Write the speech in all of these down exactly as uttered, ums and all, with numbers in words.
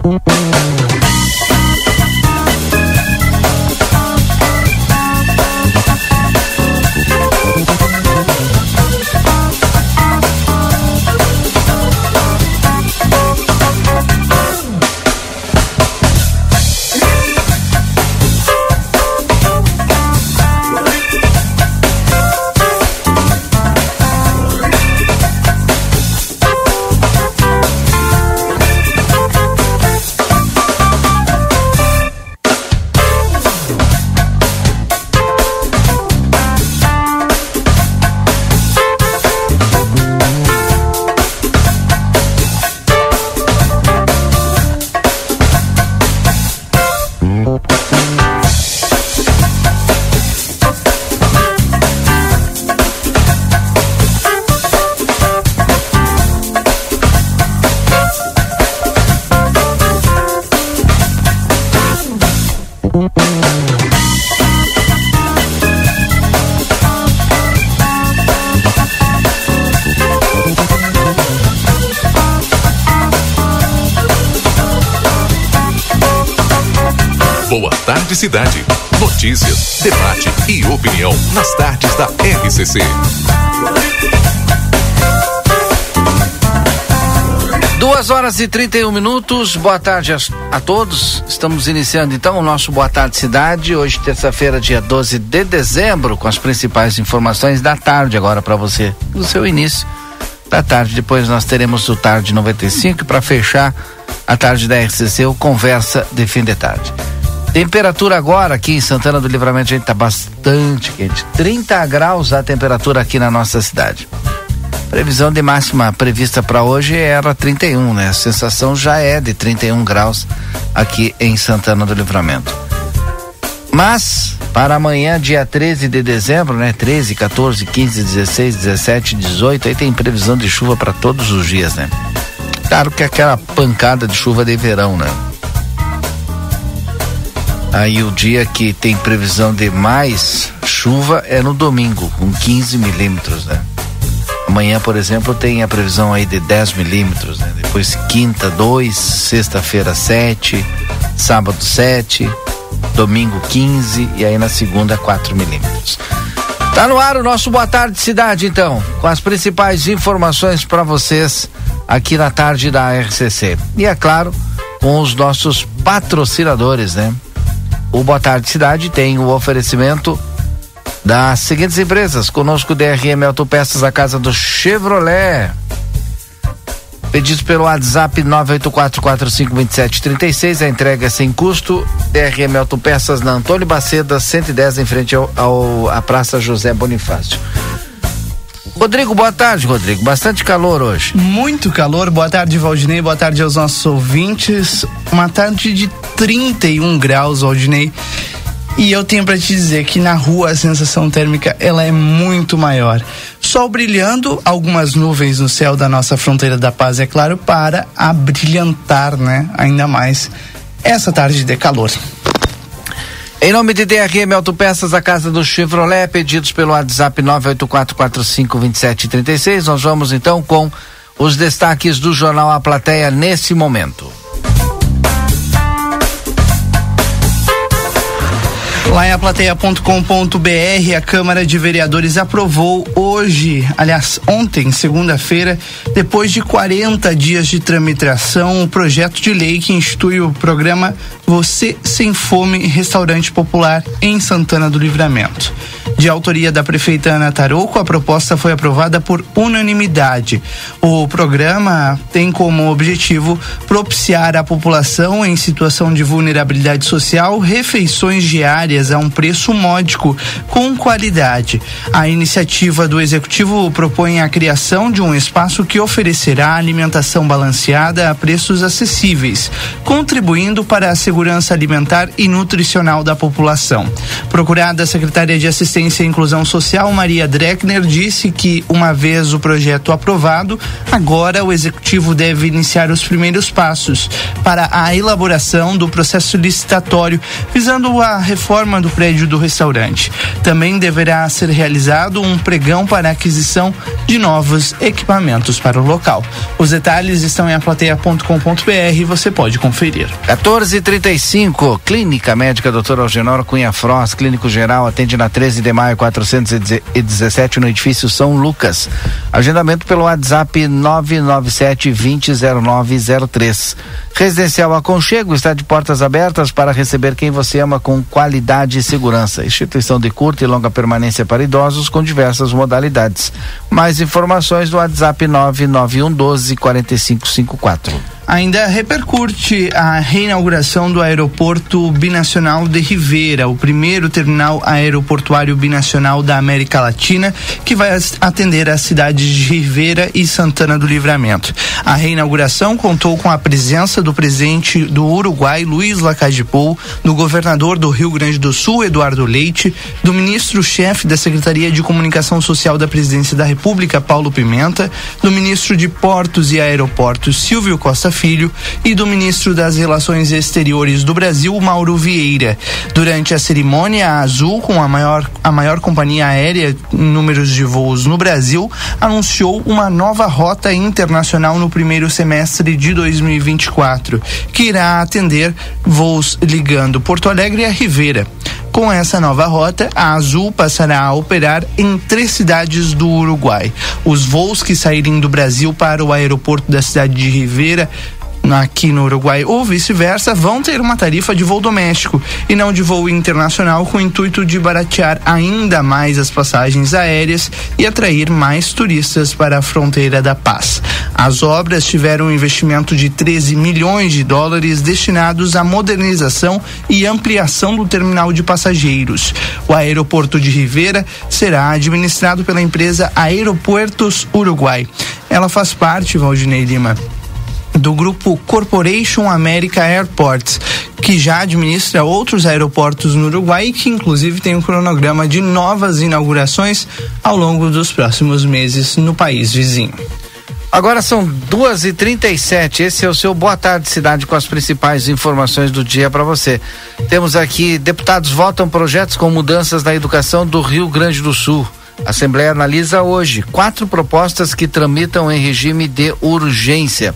Boa Tarde Cidade. Notícias, debate e opinião nas tardes da R C C. Duas horas e trinta e um minutos. Boa tarde a, a todos. Estamos iniciando então o nosso Boa Tarde Cidade. Hoje, terça-feira, dia doze de dezembro, com as principais informações da tarde agora para você, do seu início da tarde. Depois nós teremos o Tarde noventa e cinco para fechar a tarde da R C C, o Conversa de Fim de Tarde. Temperatura agora aqui em Santana do Livramento, gente, tá bastante quente. trinta graus a temperatura aqui na nossa cidade. Previsão de máxima prevista para hoje era trinta e um, né? A sensação já é de trinta e um graus aqui em Santana do Livramento. Mas para amanhã, dia treze de dezembro, né? treze, quatorze, quinze, dezesseis, dezessete, dezoito, aí tem previsão de chuva para todos os dias, né? Claro que aquela pancada de chuva de verão, né? Aí o dia que tem previsão de mais chuva é no domingo, com quinze milímetros, né? Amanhã, por exemplo, tem a previsão aí de dez milímetros, né? Depois quinta, dois, sexta-feira, sete, sábado, sete, domingo, quinze e aí na segunda, quatro milímetros. Tá no ar o nosso Boa Tarde Cidade, então, com as principais informações para vocês aqui na tarde da R C C. E é claro, com os nossos patrocinadores, né? O Boa Tarde Cidade tem o oferecimento das seguintes empresas. Conosco D R M Autopeças, a casa do Chevrolet. Pedidos pelo WhatsApp nove oito quatro, quatro cinco dois sete três seis, a entrega é sem custo. D R M Autopeças na Antônio Baceda, cento e dez, em frente ao, ao à Praça José Bonifácio. Rodrigo, boa tarde, Rodrigo. Bastante calor hoje. Muito calor. Boa tarde, Valdinei. Boa tarde aos nossos ouvintes. Uma tarde de trinta e um graus, Valdinei. E eu tenho para te dizer que na rua a sensação térmica ela é muito maior. Sol brilhando, algumas nuvens no céu da nossa fronteira da paz, é claro, para abrilhantar, né, ainda mais essa tarde de calor. Em nome de D R M Autopeças, a casa do Chevrolet, pedidos pelo WhatsApp nove oito quatro, quatro cinco dois sete três seis. Nós vamos então com os destaques do jornal A Plateia nesse momento. Lá em aplateia ponto com ponto b r, a Câmara de Vereadores aprovou hoje, aliás, ontem, segunda-feira, depois de quarenta dias de tramitação, o projeto de lei que institui o programa Você Sem Fome Restaurante Popular em Santana do Livramento. De autoria da prefeita Ana Tarouco, a proposta foi aprovada por unanimidade. O programa tem como objetivo propiciar à população em situação de vulnerabilidade social refeições diárias a um preço módico, com qualidade. A iniciativa do Executivo propõe a criação de um espaço que oferecerá alimentação balanceada a preços acessíveis, contribuindo para a segurança alimentar e nutricional da população. Procurada a secretária de Assistência e Inclusão Social, Maria Dreckner, disse que, uma vez o projeto aprovado, agora o Executivo deve iniciar os primeiros passos para a elaboração do processo licitatório, visando a reforma reforma do prédio do restaurante. Também deverá ser realizado um pregão para a aquisição de novos equipamentos para o local. Os detalhes estão em a plateia ponto com ponto b r e você pode conferir. quatorze e trinta e cinco, Clínica Médica doutor Algenor Cunha Frost, clínico geral, atende na treze de maio quatrocentos e dezessete no edifício São Lucas. Agendamento pelo WhatsApp nove nove sete vinte zero nove zero três. Residencial Aconchego está de portas abertas para receber quem você ama com qualidade e segurança. Instituição de curta e longa permanência para idosos com diversas modalidades. Mais informações no WhatsApp nove nove um doze quarenta e cinco cinquenta e quatro. Ainda repercute a reinauguração do aeroporto binacional de Rivera, o primeiro terminal aeroportuário binacional da América Latina, que vai atender as cidades de Rivera e Santana do Livramento. A reinauguração contou com a presença do presidente do Uruguai, Luiz Lacalle Pou, do governador do Rio Grande do Sul, Eduardo Leite, do ministro-chefe da Secretaria de Comunicação Social da Presidência da República, Paulo Pimenta, do ministro de Portos e Aeroportos, Silvio Costa Filho, e do ministro das Relações Exteriores do Brasil, Mauro Vieira. Durante a cerimônia, a Azul, com a maior, a maior companhia aérea em números de voos no Brasil, anunciou uma nova rota internacional no primeiro semestre de dois mil e vinte e quatro, que irá atender voos ligando Porto Alegre a Rivera. Com essa nova rota, a Azul passará a operar em três cidades do Uruguai. Os voos que saírem do Brasil para o aeroporto da cidade de Rivera, aqui no Uruguai, ou vice-versa, vão ter uma tarifa de voo doméstico e não de voo internacional, com o intuito de baratear ainda mais as passagens aéreas e atrair mais turistas para a fronteira da paz. As obras tiveram um investimento de treze milhões de dólares destinados à modernização e ampliação do terminal de passageiros. O aeroporto de Rivera será administrado pela empresa Aeropuertos Uruguai. Ela faz parte, Valdinei Lima, do grupo Corporation America Airports, que já administra outros aeroportos no Uruguai e que inclusive tem um cronograma de novas inaugurações ao longo dos próximos meses no país vizinho. Agora são duas e trinta e sete, esse é o seu Boa Tarde Cidade com as principais informações do dia para você. Temos aqui, deputados votam projetos com mudanças na educação do Rio Grande do Sul. A Assembleia analisa hoje quatro propostas que tramitam em regime de urgência.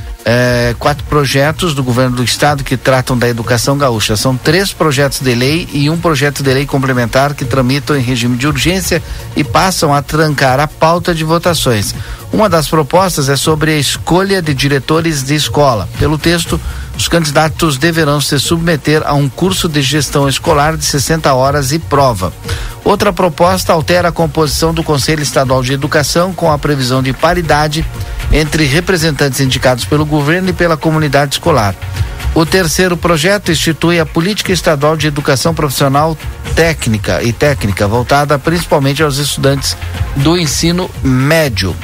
É, quatro projetos do governo do estado que tratam da educação gaúcha. São três projetos de lei e um projeto de lei complementar que tramitam em regime de urgência e passam a trancar a pauta de votações. Uma das propostas é sobre a escolha de diretores de escola. Pelo texto, os candidatos deverão se submeter a um curso de gestão escolar de sessenta horas e prova. Outra proposta altera a composição do Conselho Estadual de Educação com a previsão de paridade entre representantes indicados pelo governo e pela comunidade escolar. O terceiro projeto institui a Política Estadual de Educação Profissional Técnica e Técnica, voltada principalmente aos estudantes do ensino médio.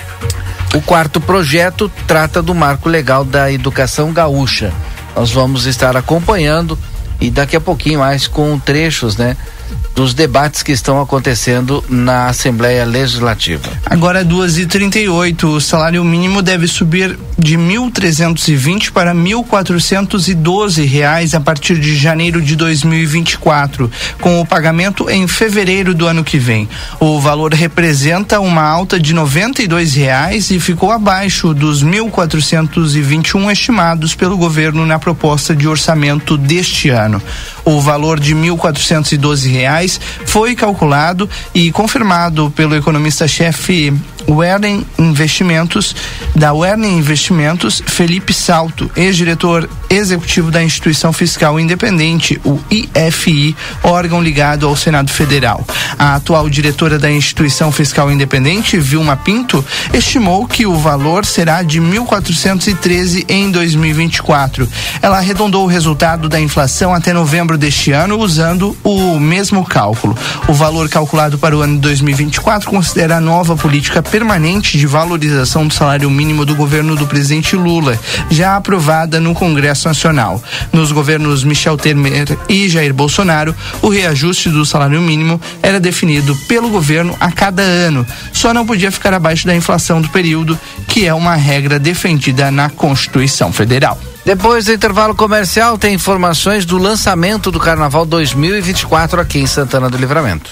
O quarto projeto trata do marco legal da educação gaúcha. Nós vamos estar acompanhando e daqui a pouquinho mais com trechos, né, dos debates que estão acontecendo na Assembleia Legislativa. Agora duas e trinta e oito, o salário mínimo deve subir de mil trezentos e vinte para mil quatrocentos e doze reais a partir de janeiro de dois mil e vinte e quatro, com o pagamento em fevereiro do ano que vem. O valor representa uma alta de noventa e dois reais e ficou abaixo dos mil quatrocentos e vinte e um estimados pelo governo na proposta de orçamento deste ano. O valor de mil quatrocentos e doze reais foi calculado e confirmado pelo economista-chefe Werner Investimentos, da Werner Investimentos, Felipe Salto, ex-diretor executivo da Instituição Fiscal Independente, o I F I, órgão ligado ao Senado Federal. A atual diretora da Instituição Fiscal Independente, Vilma Pinto, estimou que o valor será de mil quatrocentos e treze em dois mil e vinte e quatro. Ela arredondou o resultado da inflação até novembro deste ano usando o mesmo cálculo. O valor calculado para o ano de dois mil e vinte e quatro considera a nova política permanente de valorização do salário mínimo do governo do presidente Lula, já aprovada no Congresso Nacional. Nos governos Michel Temer e Jair Bolsonaro, o reajuste do salário mínimo era definido pelo governo a cada ano, só não podia ficar abaixo da inflação do período, que é uma regra defendida na Constituição Federal. Depois do intervalo comercial, tem informações do lançamento do Carnaval dois mil e vinte e quatro aqui em Santana do Livramento.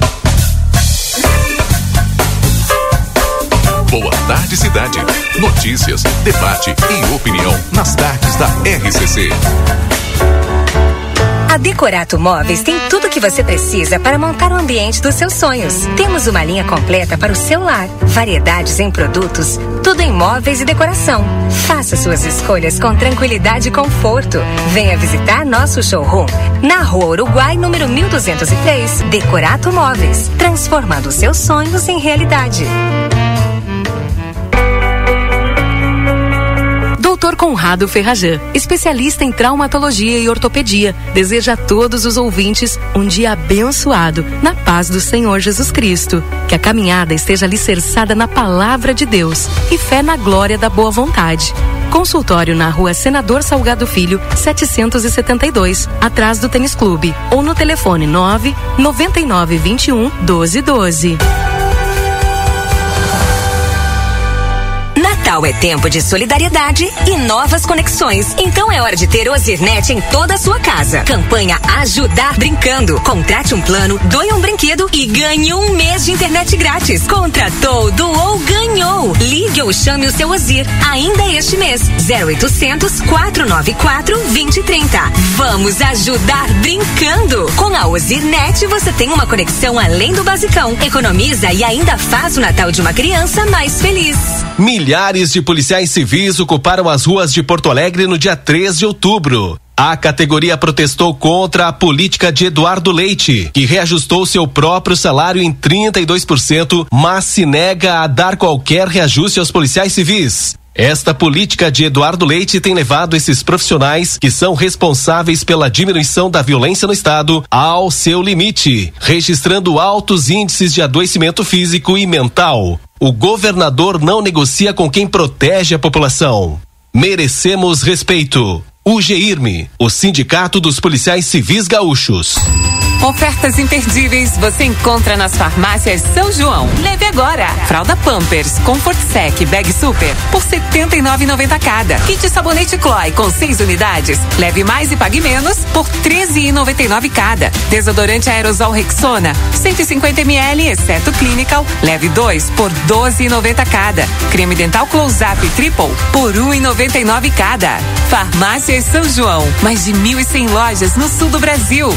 Boa Tarde Cidade. Notícias, debate e opinião nas tardes da R C C. A Decorato Móveis tem tudo o que você precisa para montar o ambiente dos seus sonhos. Temos uma linha completa para o seu lar, variedades em produtos, tudo em móveis e decoração. Faça suas escolhas com tranquilidade e conforto. Venha visitar nosso showroom na Rua Uruguai, número mil duzentos e três. Decorato Móveis, transformando seus sonhos em realidade. doutor Conrado Ferrajan, especialista em traumatologia e ortopedia, deseja a todos os ouvintes um dia abençoado, na paz do Senhor Jesus Cristo. Que a caminhada esteja alicerçada na palavra de Deus e fé na glória da boa vontade. Consultório na Rua Senador Salgado Filho, setecentos e setenta e dois, atrás do Tênis Clube, ou no telefone nove nove nove dois um doze doze. Natal é tempo de solidariedade e novas conexões. Então é hora de ter Ozirnet em toda a sua casa. Campanha Ajudar Brincando. Contrate um plano, doe um brinquedo e ganhe um mês de internet grátis. Contratou, doou, ganhou. Ligue ou chame o seu Ozir ainda este mês. zero oitocentos, quatrocentos e noventa e quatro, vinte e trinta. Vamos ajudar brincando. Com a Ozirnet você tem uma conexão além do basicão. Economiza e ainda faz o Natal de uma criança mais feliz. Milhares de policiais civis ocuparam as ruas de Porto Alegre no dia três de outubro. A categoria protestou contra a política de Eduardo Leite, que reajustou seu próprio salário em trinta e dois por cento, mas se nega a dar qualquer reajuste aos policiais civis. Esta política de Eduardo Leite tem levado esses profissionais, que são responsáveis pela diminuição da violência no estado, ao seu limite, registrando altos índices de adoecimento físico e mental. O governador não negocia com quem protege a população. Merecemos respeito. O GIRME, o Sindicato dos Policiais Civis Gaúchos. Ofertas imperdíveis você encontra nas farmácias São João. Leve agora. Fralda Pampers Comfort Sec Bag Super por setenta e nove reais e noventa centavos cada. Kit sabonete Chloe com seis unidades. Leve mais e pague menos por treze reais e noventa e nove centavos cada. Desodorante aerosol Rexona cento e cinquenta mililitros, exceto Clinical. Leve dois por doze reais e noventa centavos cada. Creme dental Close Up Triple por um real e noventa e nove centavos cada. Farmácias São João. Mais de mil e cem lojas no sul do Brasil.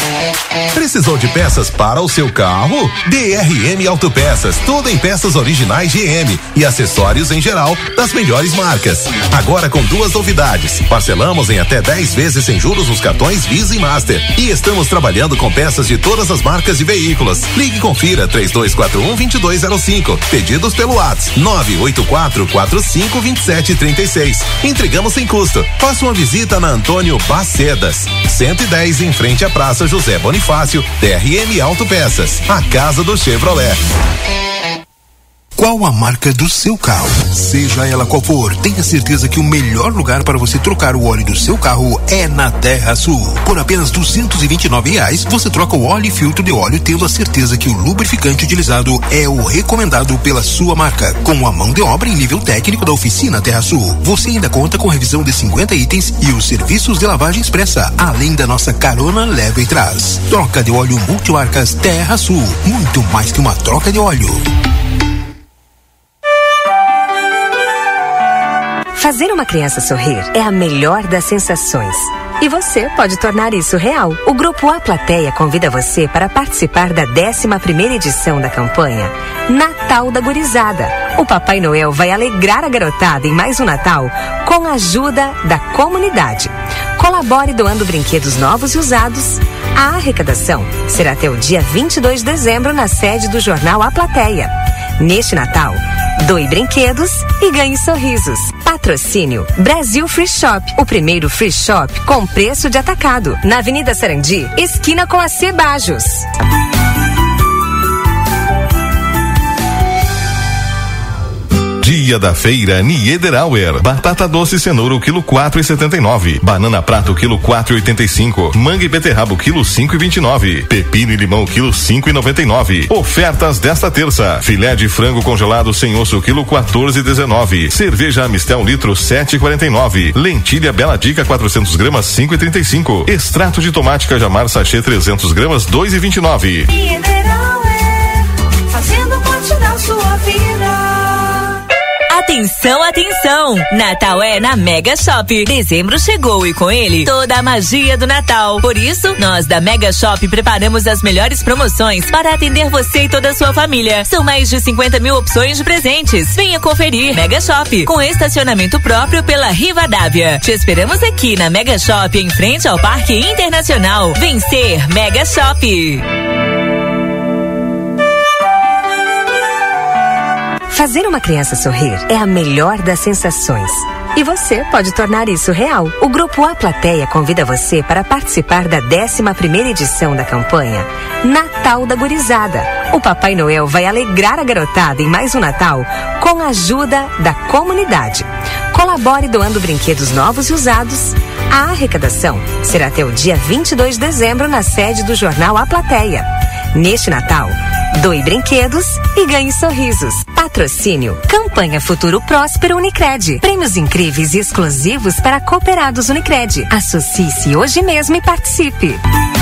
Precisou de peças para o seu carro? D R M Autopeças, tudo em peças originais G M e acessórios em geral das melhores marcas. Agora com duas novidades: parcelamos em até dez vezes sem juros nos cartões Visa e Master, e estamos trabalhando com peças de todas as marcas de veículos. Ligue e confira três dois quatro um, dois dois zero cinco. Pedidos pelo WhatsApp nove oito quatro, quatro cinco, dois sete três seis. Entregamos sem custo. Faça uma visita na Antônio Bacedas, cento e dez, em frente à Praça José Bonifácio. D R M Autopeças, a casa do Chevrolet. Qual a marca do seu carro? Seja ela qual for, tenha certeza que o melhor lugar para você trocar o óleo do seu carro é na Terra Sul. Por apenas duzentos e vinte e nove reais, você troca o óleo e filtro de óleo, tendo a certeza que o lubrificante utilizado é o recomendado pela sua marca. Com a mão de obra em nível técnico da oficina Terra Sul, você ainda conta com revisão de cinquenta itens e os serviços de lavagem expressa, além da nossa carona leva e traz. Troca de óleo multimarcas Terra Sul, muito mais que uma troca de óleo. Fazer uma criança sorrir é a melhor das sensações. E você pode tornar isso real. O Grupo A Plateia convida você para participar da décima primeira edição da campanha Natal da Gurizada. O Papai Noel vai alegrar a garotada em mais um Natal com a ajuda da comunidade. Colabore doando brinquedos novos e usados. A arrecadação será até o dia vinte e dois de dezembro na sede do jornal A Plateia. Neste Natal, doe brinquedos e ganhe sorrisos. Patrocínio Brasil Free Shop, o primeiro free shop com preço de atacado, na Avenida Sarandi, esquina com a C Bajos. Dia da feira Niederauer. Batata doce cenoura o quilo quatro e setenta e nove. Banana prata o quilo quatro e oitenta e cinco. Manga e beterraba o quilo cinco e vinte e nove. Pepino e limão o quilo cinco e noventa e nove. Ofertas desta terça: filé de frango congelado sem osso quilo quatorze e dezenove. Cerveja Amistel litro sete e quarenta e nove. Lentilha Bela Dica quatrocentos gramas cinco e trinta e cinco. Extrato de tomate Cajamar sachê trezentos gramas dois e vinte e nove. Niederauer, fazendo parte da sua vida. Atenção, atenção! Natal é na Mega Shop. Dezembro chegou e com ele toda a magia do Natal. Por isso, nós da Mega Shop preparamos as melhores promoções para atender você e toda a sua família. São mais de cinquenta mil opções de presentes. Venha conferir. Mega Shop, com estacionamento próprio pela Rivadavia. Te esperamos aqui na Mega Shop, em frente ao Parque Internacional. Vencer Mega Shop. Fazer uma criança sorrir é a melhor das sensações. E você pode tornar isso real. O Grupo A Plateia convida você para participar da décima primeira edição da campanha Natal da Gurizada. O Papai Noel vai alegrar a garotada em mais um Natal com a ajuda da comunidade. Colabore doando brinquedos novos e usados. A arrecadação será até o dia vinte e dois de dezembro na sede do jornal A Plateia. Neste Natal, doe brinquedos e ganhe sorrisos. Patrocínio: Campanha Futuro Próspero Unicred. Prêmios incríveis e exclusivos para cooperados Unicred. Associe-se hoje mesmo e participe.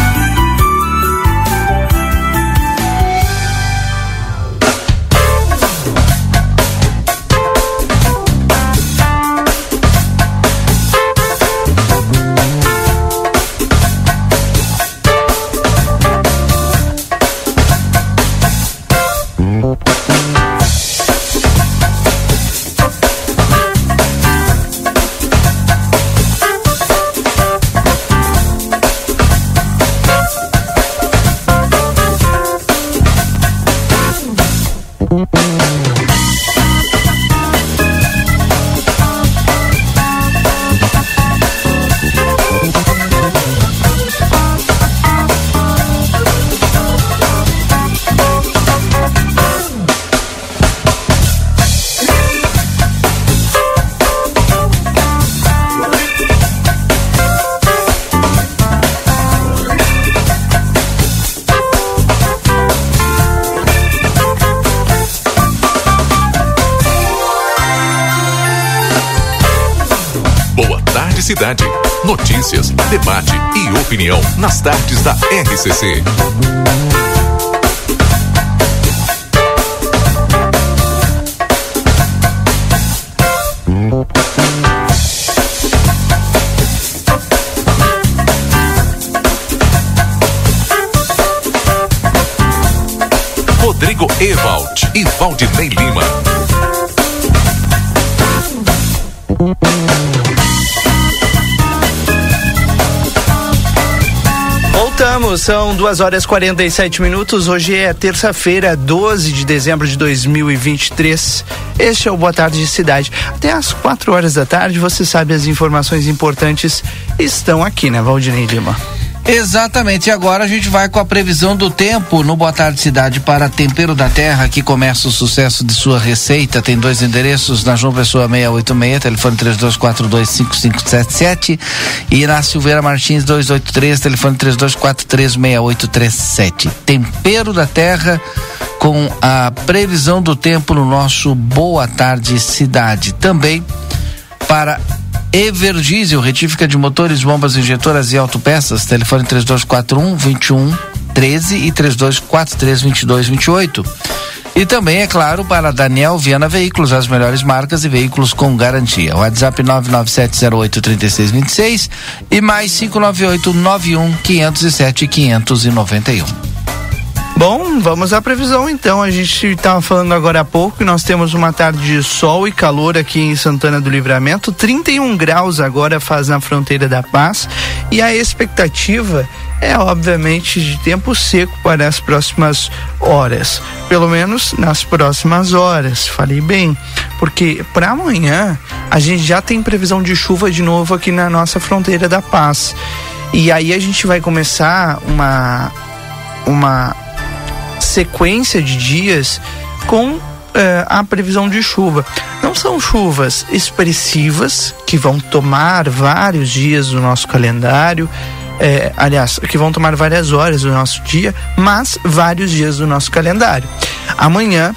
Cidade. Notícias, debate e opinião nas tardes da R C C. Rodrigo Ewald e Valdinei Lima. Voltamos, são duas horas e quarenta e sete minutos. Hoje é terça-feira, doze de dezembro de dois mil e vinte e três. Este é o Boa Tarde Cidade. Até às quatro horas da tarde, você sabe, as informações importantes estão aqui, né, Valdinei Lima? Exatamente, e agora a gente vai com a previsão do tempo no Boa Tarde Cidade para Tempero da Terra, que começa o sucesso de sua receita. Tem dois endereços, na João Pessoa seiscentos e oitenta e seis, telefone três dois quatro dois cinco cinco sete sete, e na Silveira Martins duzentos e oitenta e três, telefone três dois quatro três seis oito três sete. Tempero da Terra, com a previsão do tempo no nosso Boa Tarde Cidade. Também para Everdiesel, retífica de motores, bombas injetoras e autopeças, telefone três dois quatro um dois um um três e três dois quatro três dois dois dois oito. E também, é claro, para Daniel Viana Veículos, as melhores marcas e veículos com garantia. WhatsApp nove nove sete zero oito três seis dois seis e mais cinco nove oito nove um quinhentos e sete quinhentos e noventa e um. Bom, vamos à previsão então. A gente estava falando agora há pouco que nós temos uma tarde de sol e calor aqui em Santana do Livramento. trinta e um graus agora faz na fronteira da Paz, e a expectativa é obviamente de tempo seco para as próximas horas, pelo menos nas próximas horas, falei bem, porque para amanhã a gente já tem previsão de chuva de novo aqui na nossa fronteira da Paz, e aí a gente vai começar uma uma sequência de dias com eh, a previsão de chuva. Não são chuvas expressivas que vão tomar vários dias do nosso calendário, eh, aliás, que vão tomar várias horas do nosso dia, mas vários dias do nosso calendário. Amanhã,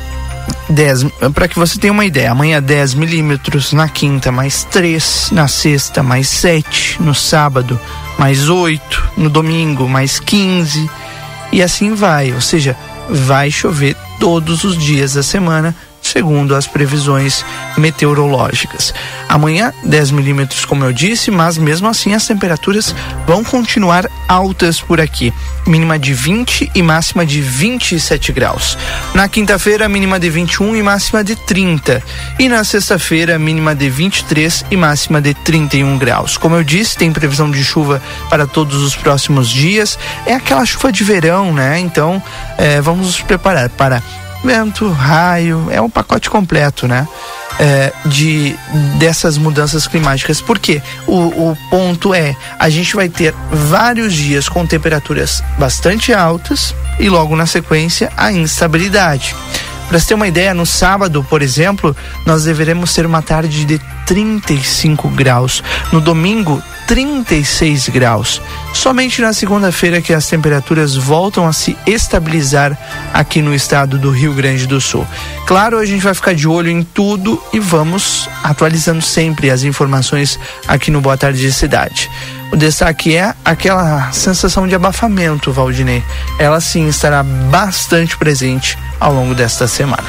para que você tenha uma ideia, amanhã dez milímetros, na quinta mais três, na sexta mais sete, no sábado mais oito, no domingo mais quinze, e assim vai, ou seja, vai chover todos os dias da semana, segundo as previsões meteorológicas. Amanhã dez milímetros, como eu disse, mas mesmo assim as temperaturas vão continuar altas por aqui. Mínima de vinte e máxima de vinte e sete graus. Na quinta-feira, mínima de vinte e um e máxima de trinta. E na sexta-feira, mínima de vinte e três e máxima de trinta e um graus. Como eu disse, tem previsão de chuva para todos os próximos dias. É aquela chuva de verão, né? Então, é, vamos nos preparar para vento, raio, é um pacote completo, né? É, de dessas mudanças climáticas. Porque o, o ponto é, a gente vai ter vários dias com temperaturas bastante altas e logo na sequência a instabilidade. Para você ter uma ideia, no sábado, por exemplo, nós deveremos ter uma tarde de trinta e cinco graus. No domingo, trinta e seis graus. Somente na segunda-feira que as temperaturas voltam a se estabilizar aqui no estado do Rio Grande do Sul. Claro, a gente vai ficar de olho em tudo e vamos atualizando sempre as informações aqui no Boa Tarde Cidade. O destaque é aquela sensação de abafamento, Valdinei. Ela sim estará bastante presente ao longo desta semana.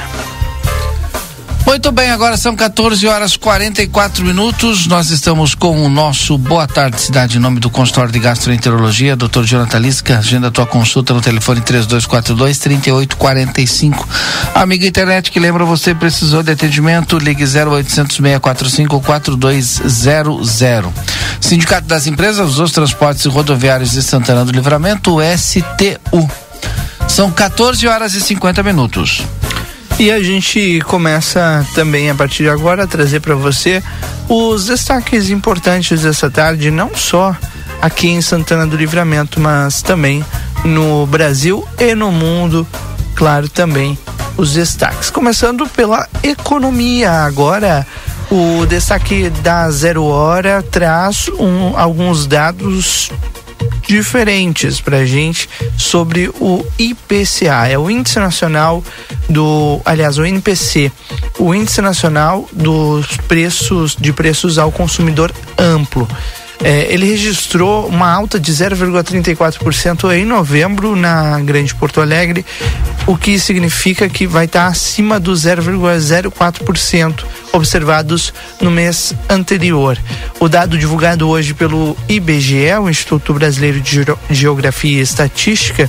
Muito bem, agora são quatorze horas e quarenta e quatro minutos. Nós estamos com o nosso Boa Tarde Cidade, em nome do consultório de gastroenterologia, doutor Jonathan Lisca. Agenda a tua consulta no telefone três dois quatro dois, três oito quatro cinco. Amiga internet que lembra você, precisou de atendimento, ligue zero oitocentos, seis quatro cinco, quatro dois zero zero. Sindicato das Empresas dos Transportes Rodoviários de Santana do Livramento, o S T U. São quatorze horas e cinquenta minutos. E a gente começa também a partir de agora a trazer para você os destaques importantes dessa tarde, não só aqui em Santana do Livramento, mas também no Brasil e no mundo, claro, também os destaques. Começando pela economia agora. O destaque da Zero Hora traz um, alguns dados diferentes pra gente sobre o I P C A, é o Índice Nacional do, aliás, o N P C, o Índice Nacional dos Preços de Preços ao Consumidor Amplo. É, ele registrou uma alta de zero vírgula trinta e quatro por cento em novembro na Grande Porto Alegre, o que significa que vai estar acima do zero vírgula zero quatro por cento observados no mês anterior. O dado divulgado hoje pelo I B G E, o Instituto Brasileiro de Geografia e Estatística,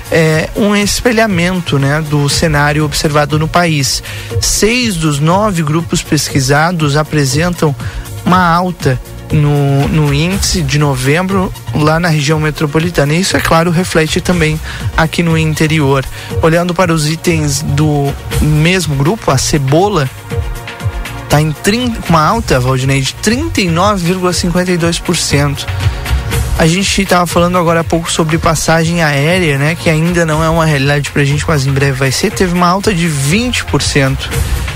é um espelhamento, né, do cenário observado no país. Seis dos nove grupos pesquisados apresentam uma alta No, no índice de novembro lá na região metropolitana. E isso, é claro, reflete também aqui no interior. Olhando para os itens do mesmo grupo, a cebola está em trinta, uma alta, Valdinei, de trinta e nove vírgula cinquenta e dois por cento. A gente estava falando agora há pouco sobre passagem aérea, né, que ainda não é uma realidade pra gente, mas em breve vai ser. Teve uma alta de vinte por cento.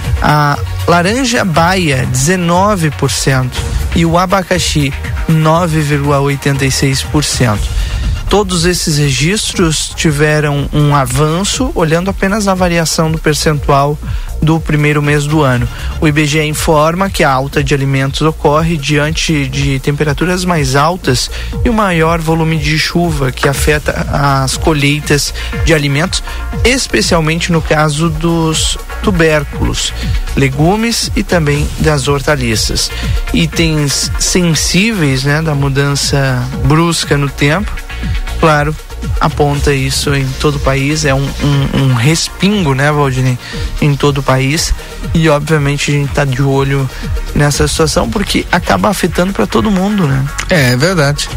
A laranja baia, dezenove por cento. E o abacaxi, nove vírgula oitenta e seis por cento. Todos esses registros tiveram um avanço, olhando apenas a variação do percentual do primeiro mês do ano. O I B G E informa que a alta de alimentos ocorre diante de temperaturas mais altas e o maior volume de chuva que afeta as colheitas de alimentos, especialmente no caso dos tubérculos, legumes e também das hortaliças. Itens sensíveis, né, da mudança brusca no tempo, claro, aponta isso em todo o país, é um, um, um respingo, né, Valdinei, em todo o país, e obviamente a gente tá de olho nessa situação porque acaba afetando para todo mundo, né? É, é verdade.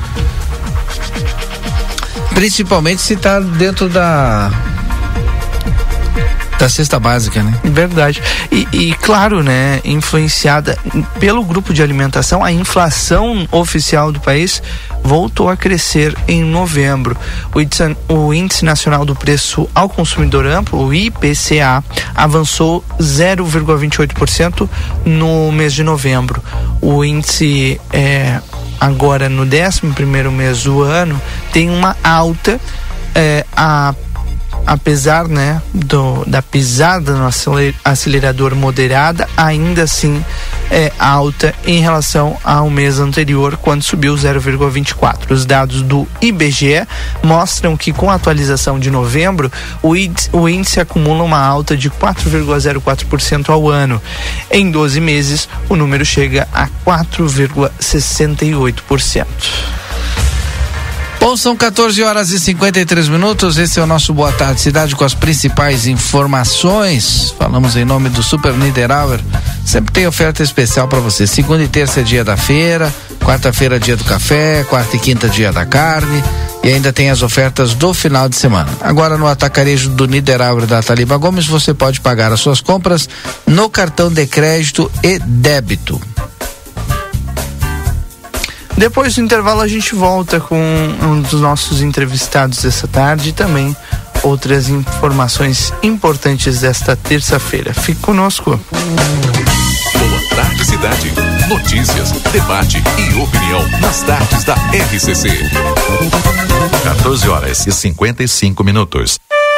Principalmente se tá dentro da da cesta básica, né? Verdade. E, e claro, né, influenciada pelo grupo de alimentação, a inflação oficial do país voltou a crescer em novembro. O índice, o índice nacional do preço ao consumidor amplo, o I P C A, avançou zero vírgula vinte e oito por cento no mês de novembro. O índice é, agora no décimo primeiro mês do ano tem uma alta, é, a apesar, né, do, da pisada no acelerador moderada, ainda assim é alta em relação ao mês anterior, quando subiu zero vírgula vinte e quatro. Os dados do I B G E mostram que, com a atualização de novembro, o índice, o índice acumula uma alta de quatro vírgula zero quatro por cento ao ano. Em doze meses, o número chega a quatro vírgula sessenta e oito por cento. Bom, são quatorze horas e cinquenta e três minutos. Esse é o nosso Boa Tarde Cidade com as principais informações. Falamos em nome do Super Niederauer. Sempre tem oferta especial para você. Segunda e terça é dia da feira, quarta-feira é dia do café, quarta e quinta é dia da carne. E ainda tem as ofertas do final de semana. Agora, no atacarejo do Niederauer da Taliba Gomes, você pode pagar as suas compras no cartão de crédito e débito. Depois do intervalo a gente volta com um dos nossos entrevistados dessa tarde e também outras informações importantes desta terça-feira. Fique conosco. Boa Tarde Cidade. Notícias, debate e opinião nas tardes da R C C. quatorze horas e cinquenta e cinco minutos.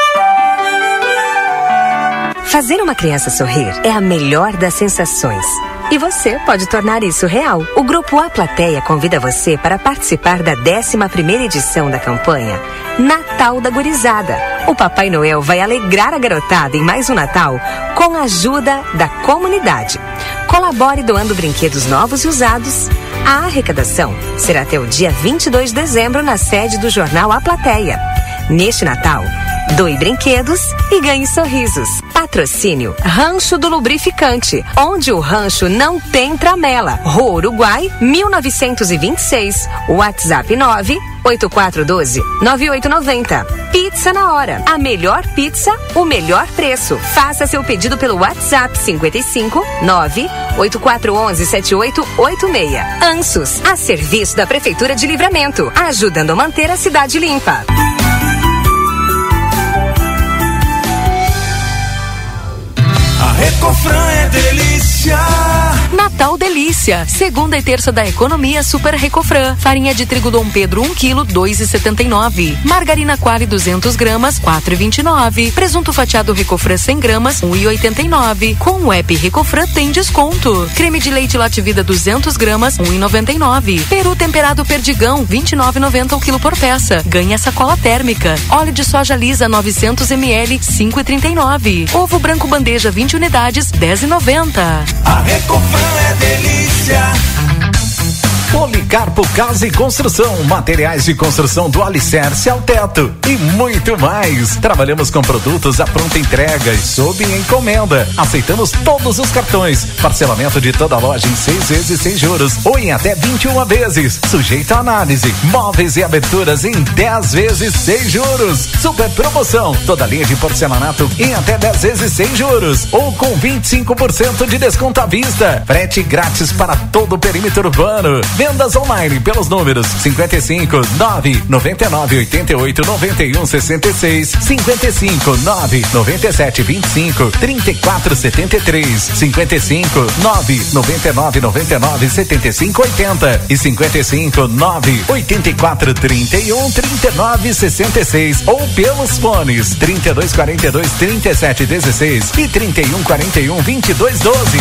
Fazer uma criança sorrir é a melhor das sensações. E você pode tornar isso real. O Grupo A Plateia convida você para participar da décima primeira edição da campanha Natal da Gurizada. O Papai Noel vai alegrar a garotada em mais um Natal com a ajuda da comunidade. Colabore doando brinquedos novos e usados. A arrecadação será até o dia vinte e dois de dezembro na sede do jornal A Plateia. Neste Natal, doe brinquedos e ganhe sorrisos. Patrocínio Rancho do Lubrificante, onde o rancho não tem tramela. Rua Uruguai, mil novecentos e vinte e seis. WhatsApp nove oito quatro um dois nove oito nove zero. Pizza na hora. A melhor pizza, o melhor preço. Faça seu pedido pelo WhatsApp cinco cinco nove oito quatro um um sete oito oito seis. Ansus, a serviço da Prefeitura de Livramento, ajudando a manter a cidade limpa. Recofran é delícia. Natal Delícia. Segunda e terça da economia Super Recofran. Farinha de trigo Dom Pedro um quilo, dois e setenta e nove. Margarina Qualy duzentas gramas, quatro e vinte e nove. Presunto fatiado Recofran cem gramas, um e oitenta e nove. Com o app Recofran tem desconto. Creme de leite Lativida duzentas gramas, um e noventa e nove. Peru temperado Perdigão, vinte e nove e noventa o quilo por peça. Ganha sacola térmica. Óleo de soja lisa novecentos mililitros, cinco e trinta e nove. Ovo branco bandeja vinte unidades, dez e noventa. A Recofran é delícia. Policarpo Casa e Construção, materiais de construção do alicerce ao teto e muito mais. Trabalhamos com produtos à pronta entrega e sob encomenda. Aceitamos todos os cartões. Parcelamento de toda a loja em seis vezes sem juros ou em até vinte e uma vezes. Sujeito a análise. Móveis e aberturas em dez vezes sem juros. Super promoção. Toda linha de porcelanato em até dez vezes sem juros ou com vinte e cinco por cento de desconto à vista. Frete grátis para todo o perímetro urbano. Vendas online pelos números cinquenta e cinco, nove, noventa e nove, oitenta e oito, noventa e um, sessenta e seis, cinquenta e cinco, nove, noventa e sete, vinte e cinco, trinta e quatro, setenta e três, cinquenta e cinco, nove, noventa e nove, noventa e nove, setenta e cinco, oitenta e cinquenta e cinco, nove, oitenta e quatro, trinta e um, trinta e nove, sessenta e seis ou pelos fones trinta e dois, quarenta e dois, trinta e sete, dezesseis e trinta e um, quarenta e um, vinte e dois, doze.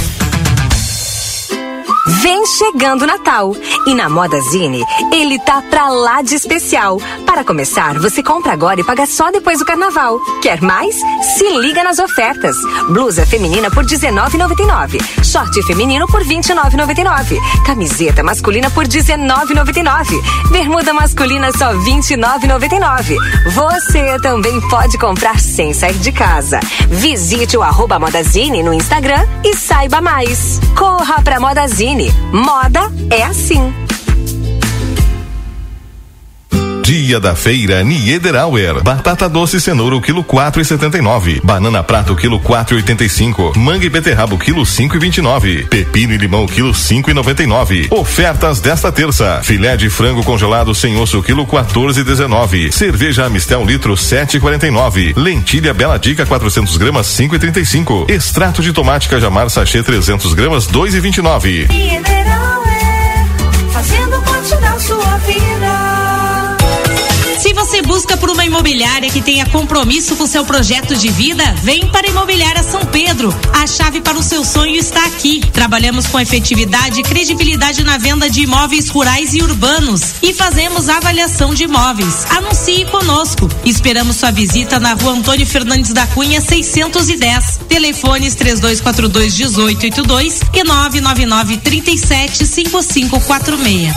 Vem chegando o Natal e na Modazine ele tá pra lá de especial. Para começar, você compra agora e paga só depois do Carnaval. Quer mais? Se liga nas ofertas. Blusa feminina por dezenove e noventa e nove. Short feminino por vinte e nove e noventa e nove. Camiseta masculina por dezenove e noventa e nove. Bermuda masculina só vinte e nove e noventa e nove. Você também pode comprar sem sair de casa. Visite o arroba Modazine no Instagram e saiba mais. Corra pra Modazine. Moda é assim. Dia Dia da Feira Niederauer. Batata doce cenoura o quilo quatro e setenta e nove. Banana prata o quilo quatro e oitenta e cinco. Manga e beterraba o quilo cinco e vinte e nove. Pepino e limão o quilo cinco e noventa e nove. Ofertas desta terça: filé de frango congelado sem osso o quilo quatorze e dezenove. Cerveja Amistel litro sete e quarenta e nove. Lentilha Bela Dica quatrocentos gramas cinco e trinta e cinco. Extrato de tomate Cajamar sachê trezentos gramas dois e vinte e nove. Niederauer, fazendo parte da sua vida. Se você busca por uma imobiliária que tenha compromisso com seu projeto de vida, vem para a Imobiliária São Pedro. A chave para o seu sonho está aqui. Trabalhamos com efetividade e credibilidade na venda de imóveis rurais e urbanos e fazemos avaliação de imóveis. Anuncie conosco. Esperamos sua visita na Rua Antônio Fernandes da Cunha seiscentos e dez. Telefones três dois quatro dois, um oito oito dois e nove nove nove, três sete, cinco cinco quatro seis.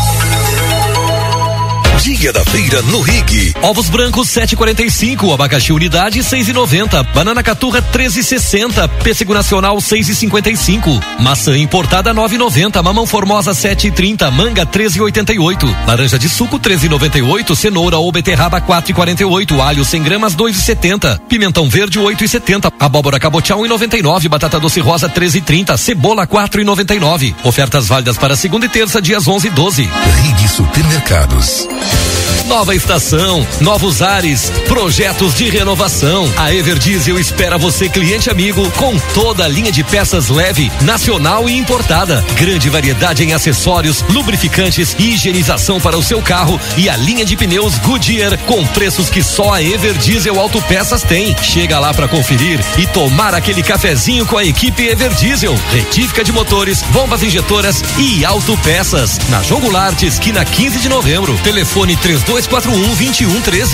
Dia da feira no Rig. Ovos brancos sete e quarenta e cinco, abacaxi unidade seis e noventa, banana caturra treze e sessenta, pêssego nacional seis e cinquenta e cinco, maçã importada nove e noventa, mamão formosa sete e trinta, manga treze e oitenta e oito, laranja de suco treze e noventa e oito, cenoura ou beterraba quatro e quarenta e oito, alho cem gramas dois e setenta, pimentão verde oito e setenta, abóbora cabotiá um e noventa e nove, batata doce rosa treze e trinta, cebola quatro e noventa e nove. Ofertas válidas para segunda e terça dias onze e doze. Rig Supermercados. Nova estação, novos ares, projetos de renovação. A Everdiesel espera você, cliente amigo, com toda a linha de peças leve, nacional e importada. Grande variedade em acessórios, lubrificantes e higienização para o seu carro e a linha de pneus Goodyear com preços que só a Everdiesel Autopeças tem. Chega lá para conferir e tomar aquele cafezinho com a equipe Everdiesel. Retífica de motores, bombas injetoras e autopeças. Na João Goulart, esquina quinze de novembro. Telefone três dois quatro um, dois um um três.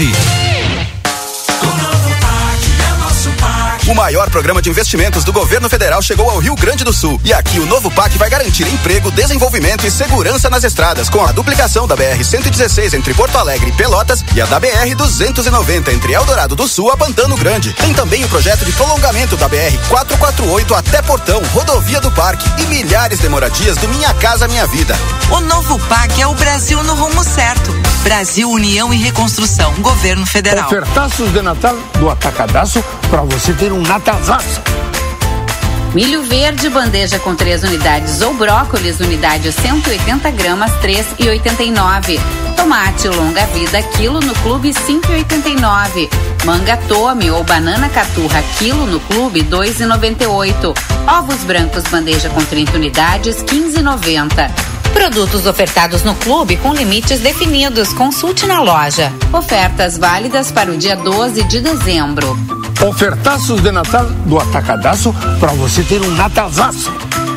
O maior programa de investimentos do governo federal chegou ao Rio Grande do Sul. E aqui o novo P A C vai garantir emprego, desenvolvimento e segurança nas estradas, com a duplicação da B R cento e dezesseis entre Porto Alegre e Pelotas e a da B R duzentos e noventa entre Eldorado do Sul a Pantano Grande. Tem também o projeto de prolongamento da B R quatrocentos e quarenta e oito até Portão, rodovia do Parque e milhares de moradias do Minha Casa Minha Vida. O novo P A C é o Brasil no rumo certo. Brasil, União e Reconstrução, Governo Federal. Ofertaços de Natal do Atacadaço para você ter um Natalzaço. Milho verde, bandeja com três unidades ou brócolis, unidade cento e oitenta gramas, três e oitenta e nove. Tomate longa vida, quilo no clube, cinco e oitenta e nove. Manga tome ou banana caturra, quilo no clube, dois e noventa e oito. Ovos brancos, bandeja com trinta unidades, quinze e noventa. Produtos ofertados no clube com limites definidos. Consulte na loja. Ofertas válidas para o dia doze de dezembro. Ofertaços de Natal do Atacadaço para você ter um Natalzaço.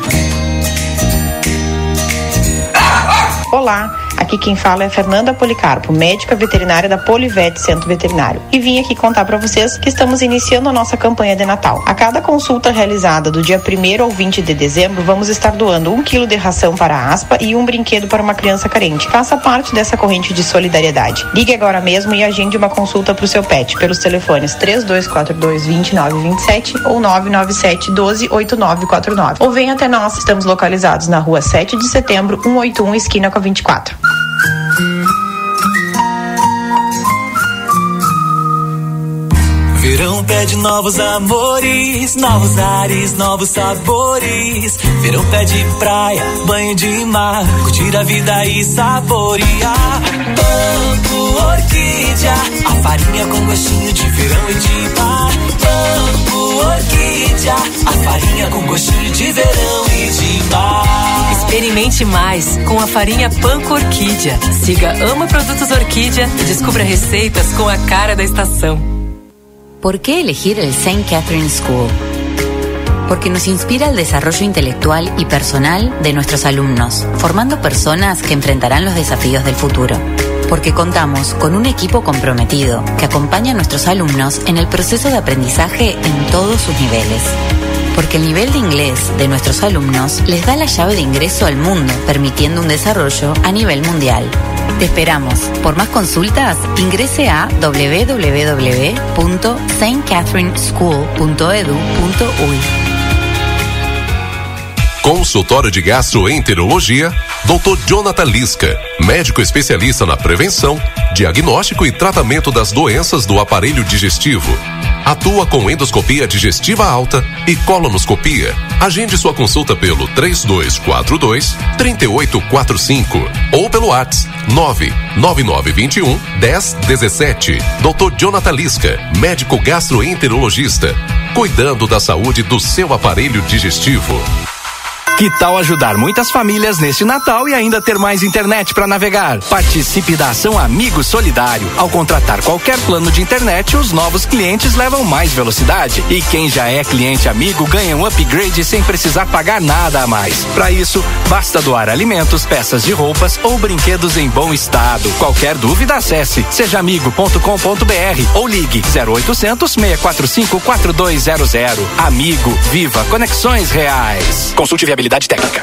Olá, aqui quem fala é Fernanda Policarpo, médica veterinária da Polivet Centro Veterinário. E vim aqui contar para vocês que estamos iniciando a nossa campanha de Natal. A cada consulta realizada do dia primeiro ao vinte de dezembro, vamos estar doando um quilo de ração para a aspa e um brinquedo para uma criança carente. Faça parte dessa corrente de solidariedade. Ligue agora mesmo e agende uma consulta para o seu pet pelos telefones três dois quatro dois, dois nove dois sete ou nove nove sete, um dois, oito nove quatro nove. Ou venha até nós, estamos localizados na rua sete de setembro, cento e oitenta e um, esquina com a vinte e quatro. Verão pede novos amores, novos ares, novos sabores. Verão pede praia, banho de mar, curtir a vida e saborear. Bambu Orquídea, a farinha com gostinho de verão e de mar. Bambu Orquídea, a farinha com gostinho de verão e de mar. Experimente mais com a farinha Panko Orquídea. Siga Ama Produtos Orquídea e descubra receitas com a cara da estação. ¿Por qué elegir el Saint Catherine School? Porque nos inspira el desarrollo intelectual y personal de nuestros alumnos, formando personas que enfrentarán los desafíos del futuro. Porque contamos con un equipo comprometido que acompaña a nuestros alumnos en el proceso de aprendizaje en todos sus niveles. Porque el nivel de inglés de nuestros alumnos les da la llave de ingreso al mundo, permitiendo un desarrollo a nivel mundial. Te esperamos. Por más consultas, ingrese a w w w punto saint catherine school punto e d u punto u i. Consultório de Gastroenterologia doutor Jonathan Lisca, médico especialista na prevenção, diagnóstico e tratamento das doenças do aparelho digestivo. Atua com endoscopia digestiva alta e colonoscopia. Agende sua consulta pelo três dois quatro dois, três oito quatro cinco ou pelo WhatsApp nove nove nove dois um, um zero um sete. doutor Jonathan Lisca, médico gastroenterologista, cuidando da saúde do seu aparelho digestivo. Que tal ajudar muitas famílias neste Natal e ainda ter mais internet para navegar? Participe da ação Amigo Solidário. Ao contratar qualquer plano de internet, os novos clientes levam mais velocidade. E quem já é cliente Amigo ganha um upgrade sem precisar pagar nada a mais. Para isso, basta doar alimentos, peças de roupas ou brinquedos em bom estado. Qualquer dúvida, acesse seja amigo ponto com ponto b r ou ligue zero oitocentos, seis quatro cinco, quatro dois zero zero. Amigo, viva conexões reais. Consulte viabilidade técnica.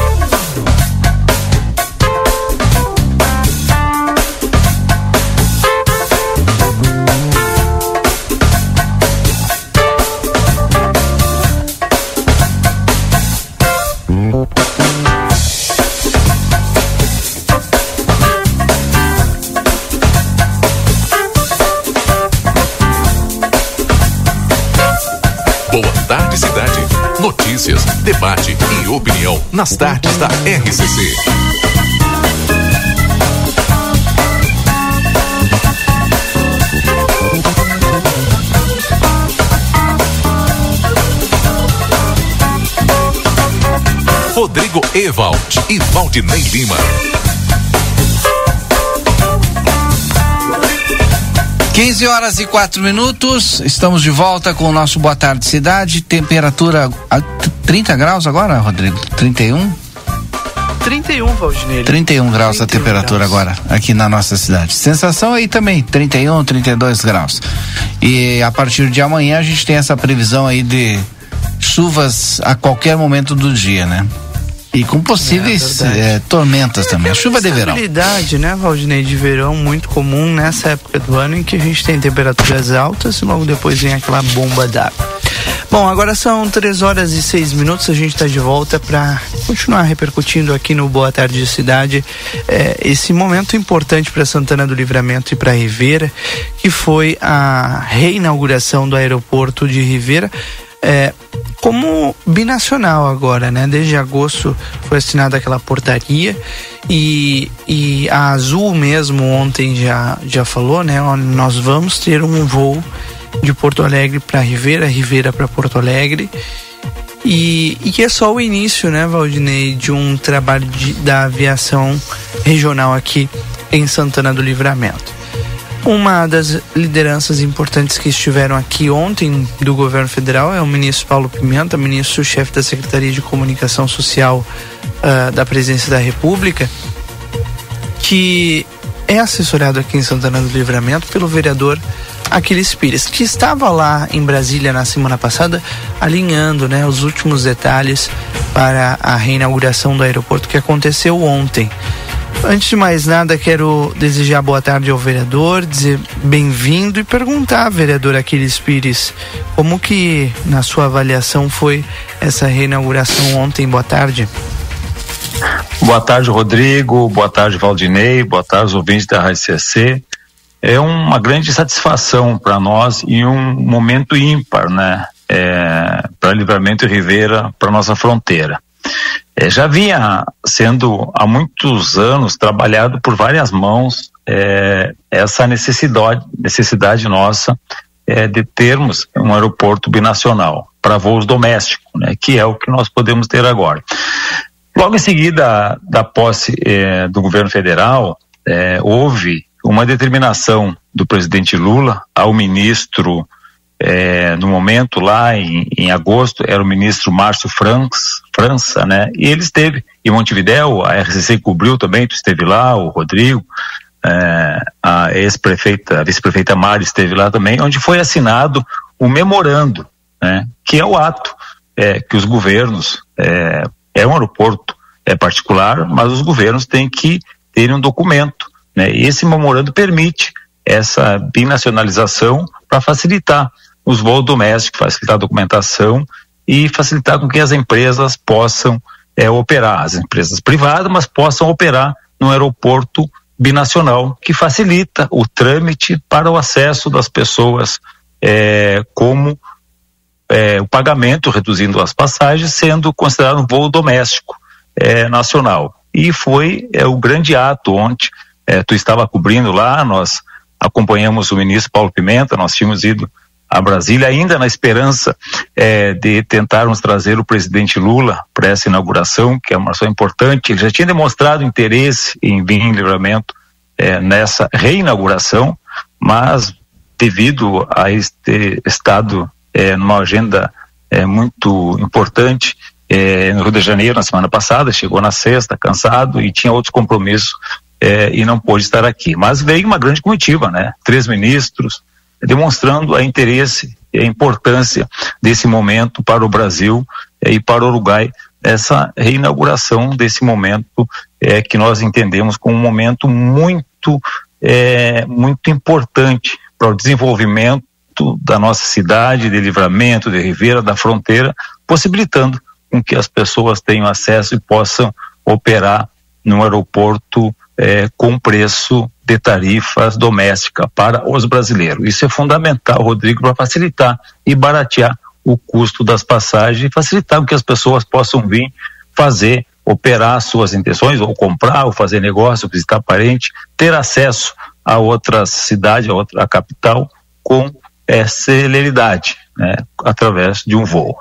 Boa tarde, cidade. Notícias, debate e opinião nas tardes da R C C. Rodrigo Ewald e Valdinei Lima. quinze horas e quatro minutos, estamos de volta com o nosso Boa Tarde Cidade. Temperatura a trinta graus agora, Rodrigo? trinta e um? trinta e um, Valdinei. trinta e um graus a temperatura graus. Agora, aqui na nossa cidade. Sensação aí também, trinta e um, trinta e dois graus. E a partir de amanhã a gente tem essa previsão aí de chuvas a qualquer momento do dia, né? E com possíveis é, é, tormentas também. A chuva de verão. Instabilidade, né, Valdinei, de verão muito comum nessa época do ano em que a gente tem temperaturas altas e logo depois vem aquela bomba d'água. Bom, agora são três horas e seis minutos, a gente está de volta para continuar repercutindo aqui no Boa Tarde Cidade é, esse momento importante para Santana do Livramento e para Rivera, que foi a reinauguração do aeroporto de Rivera. É, como binacional agora, né? Desde agosto foi assinada aquela portaria e, e a Azul mesmo ontem já, já falou, né? Nós vamos ter um voo de Porto Alegre para Rivera, Rivera para Porto Alegre e, e que é só o início, né, Valdinei, de um trabalho de, da aviação regional aqui em Santana do Livramento. Uma das lideranças importantes que estiveram aqui ontem do governo federal é o ministro Paulo Pimenta, ministro-chefe da Secretaria de Comunicação Social uh, da Presidência da República, que é assessorado aqui em Santana do Livramento pelo vereador Aquiles Pires, que estava lá em Brasília na semana passada alinhando, né, os últimos detalhes para a reinauguração do aeroporto que aconteceu ontem. Antes de mais nada, quero desejar boa tarde ao vereador, dizer bem-vindo e perguntar, vereador Aquiles Pires, como que na sua avaliação foi essa reinauguração ontem? Boa tarde. Boa tarde, Rodrigo, boa tarde, Valdinei, boa tarde, os ouvintes da R C C. É uma grande satisfação para nós e um momento ímpar, né, é, para Livramento e Rivera, para nossa fronteira. É, já vinha sendo há muitos anos trabalhado por várias mãos é, essa necessidade, necessidade nossa é, de termos um aeroporto binacional para voos domésticos, né, que é o que nós podemos ter agora. Logo em seguida da posse é, do governo federal, é, houve uma determinação do presidente Lula ao ministro, É, no momento lá em, em agosto, era o ministro Márcio Franz, França, né? E ele esteve em Montevidéu, a R C C cobriu também, tu esteve lá, o Rodrigo, é, a ex-prefeita, a vice-prefeita Mari esteve lá também, onde foi assinado o memorando, né? Que é o ato é, que os governos, é, é um aeroporto é particular, mas os governos têm que ter um documento, né? E esse memorando permite essa binacionalização para facilitar os voos domésticos, facilitar a documentação e facilitar com que as empresas possam é, operar, as empresas privadas, mas possam operar no aeroporto binacional, que facilita o trâmite para o acesso das pessoas, é, como é, o pagamento, reduzindo as passagens, sendo considerado um voo doméstico é, nacional. E foi é, o grande ato ontem, é, tu estava cobrindo lá, nós acompanhamos o ministro Paulo Pimenta, nós tínhamos ido a Brasília, ainda na esperança é, de tentarmos trazer o presidente Lula para essa inauguração, que é uma ação importante. Ele já tinha demonstrado interesse em vir em Livramento é, nessa reinauguração, mas devido a este estado é, numa agenda é, muito importante é, no Rio de Janeiro na semana passada, chegou na sexta cansado e tinha outros compromissos é, e não pôde estar aqui. Mas veio uma grande comitiva, né? Três ministros, demonstrando a interesse e a importância desse momento para o Brasil eh, e para o Uruguai, essa reinauguração desse momento eh, que nós entendemos como um momento muito, eh, muito importante para o desenvolvimento da nossa cidade, de Livramento, de Rivera, da fronteira, possibilitando com que as pessoas tenham acesso e possam operar no aeroporto eh, com preço de tarifas domésticas para os brasileiros. Isso é fundamental, Rodrigo, para facilitar e baratear o custo das passagens e facilitar que as pessoas possam vir fazer, operar suas intenções, ou comprar, ou fazer negócio, visitar parente, ter acesso a outras cidades, a outra a capital, com é, celeridade, né, através de um voo.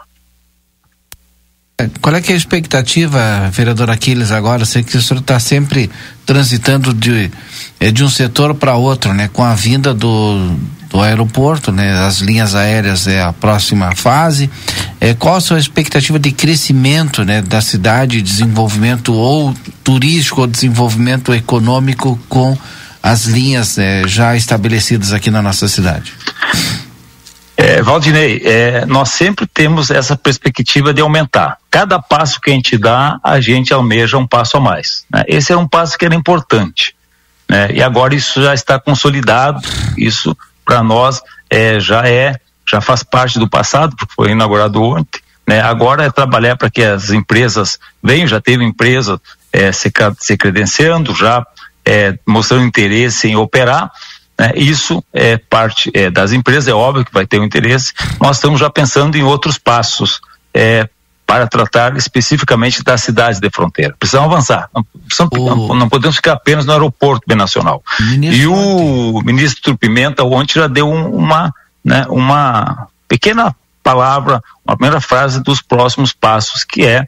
Qual é que é a expectativa, vereador Aquiles, agora? Sei que o senhor está sempre transitando de, de um setor para outro, né? Com a vinda do, do aeroporto, né? As linhas aéreas é a próxima fase. É, qual a sua expectativa de crescimento, né? Da cidade, desenvolvimento ou turístico ou desenvolvimento econômico com as linhas é, já estabelecidas aqui na nossa cidade? É, Valdinei, é, nós sempre temos essa perspectiva de aumentar. Cada passo que a gente dá, a gente almeja um passo a mais, né? Esse era um passo que era importante, né? E agora isso já está consolidado, isso para nós é, já é, já faz parte do passado, porque foi inaugurado ontem, né? Agora é trabalhar para que as empresas venham, já teve empresa é, se, se credenciando, já é, mostrando interesse em operar. É, isso é parte é, das empresas, é óbvio que vai ter um interesse. Nós estamos já pensando em outros passos é, para tratar especificamente das cidades de fronteira. Precisamos avançar, não, precisamos, oh. não, não podemos ficar apenas no aeroporto binacional. Ministro, e o ontem. ministro Pimenta ontem já deu um, uma, né, uma pequena palavra, uma primeira frase dos próximos passos, que é,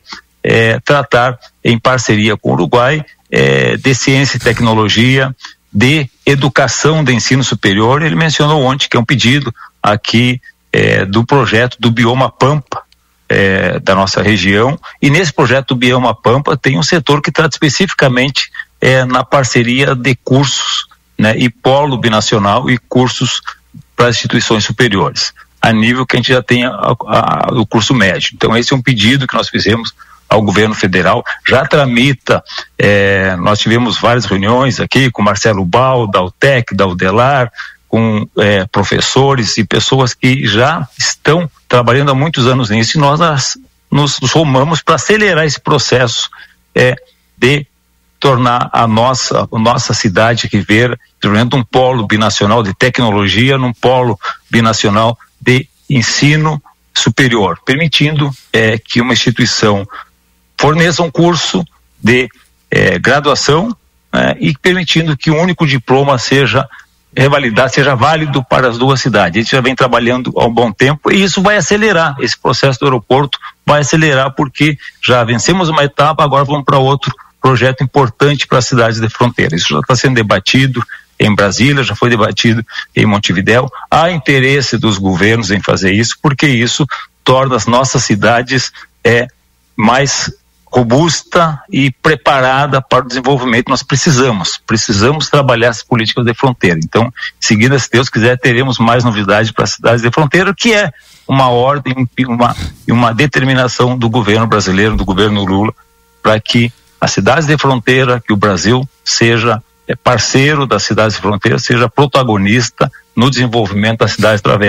é tratar em parceria com o Uruguai é, de ciência e tecnologia, de educação de ensino superior. Ele mencionou ontem que é um pedido aqui é, do projeto do Bioma Pampa é, da nossa região, e nesse projeto do Bioma Pampa tem um setor que trata especificamente é, na parceria de cursos, né, e polo binacional e cursos para instituições superiores, a nível que a gente já tem a, a, a, o curso médio. Então esse é um pedido que nós fizemos ao governo federal, já tramita, é, nós tivemos várias reuniões aqui com Marcelo Bal, da U T E C, da Udelar, com é, professores e pessoas que já estão trabalhando há muitos anos nisso, e nós nas, nos somamos para acelerar esse processo é, de tornar a nossa, a nossa cidade Rivera um polo binacional de tecnologia, num polo binacional de ensino superior, permitindo é, que uma instituição forneça um curso de eh, graduação, né, e permitindo que um único diploma seja revalidado, seja válido para as duas cidades. A gente já vem trabalhando há um bom tempo e isso vai acelerar, esse processo do aeroporto vai acelerar, porque já vencemos uma etapa, agora vamos para outro projeto importante para as cidades de fronteira. Isso já está sendo debatido em Brasília, já foi debatido em Montevidéu. Há interesse dos governos em fazer isso, porque isso torna as nossas cidades é, mais robusta e preparada para o desenvolvimento. Nós precisamos, precisamos trabalhar as políticas de fronteira. Então, em seguida, se Deus quiser, teremos mais novidades para as cidades de fronteira, que é uma ordem e uma, uma determinação do governo brasileiro, do governo Lula, para que as cidades de fronteira, que o Brasil seja parceiro das cidades de fronteira, seja protagonista no desenvolvimento das cidades através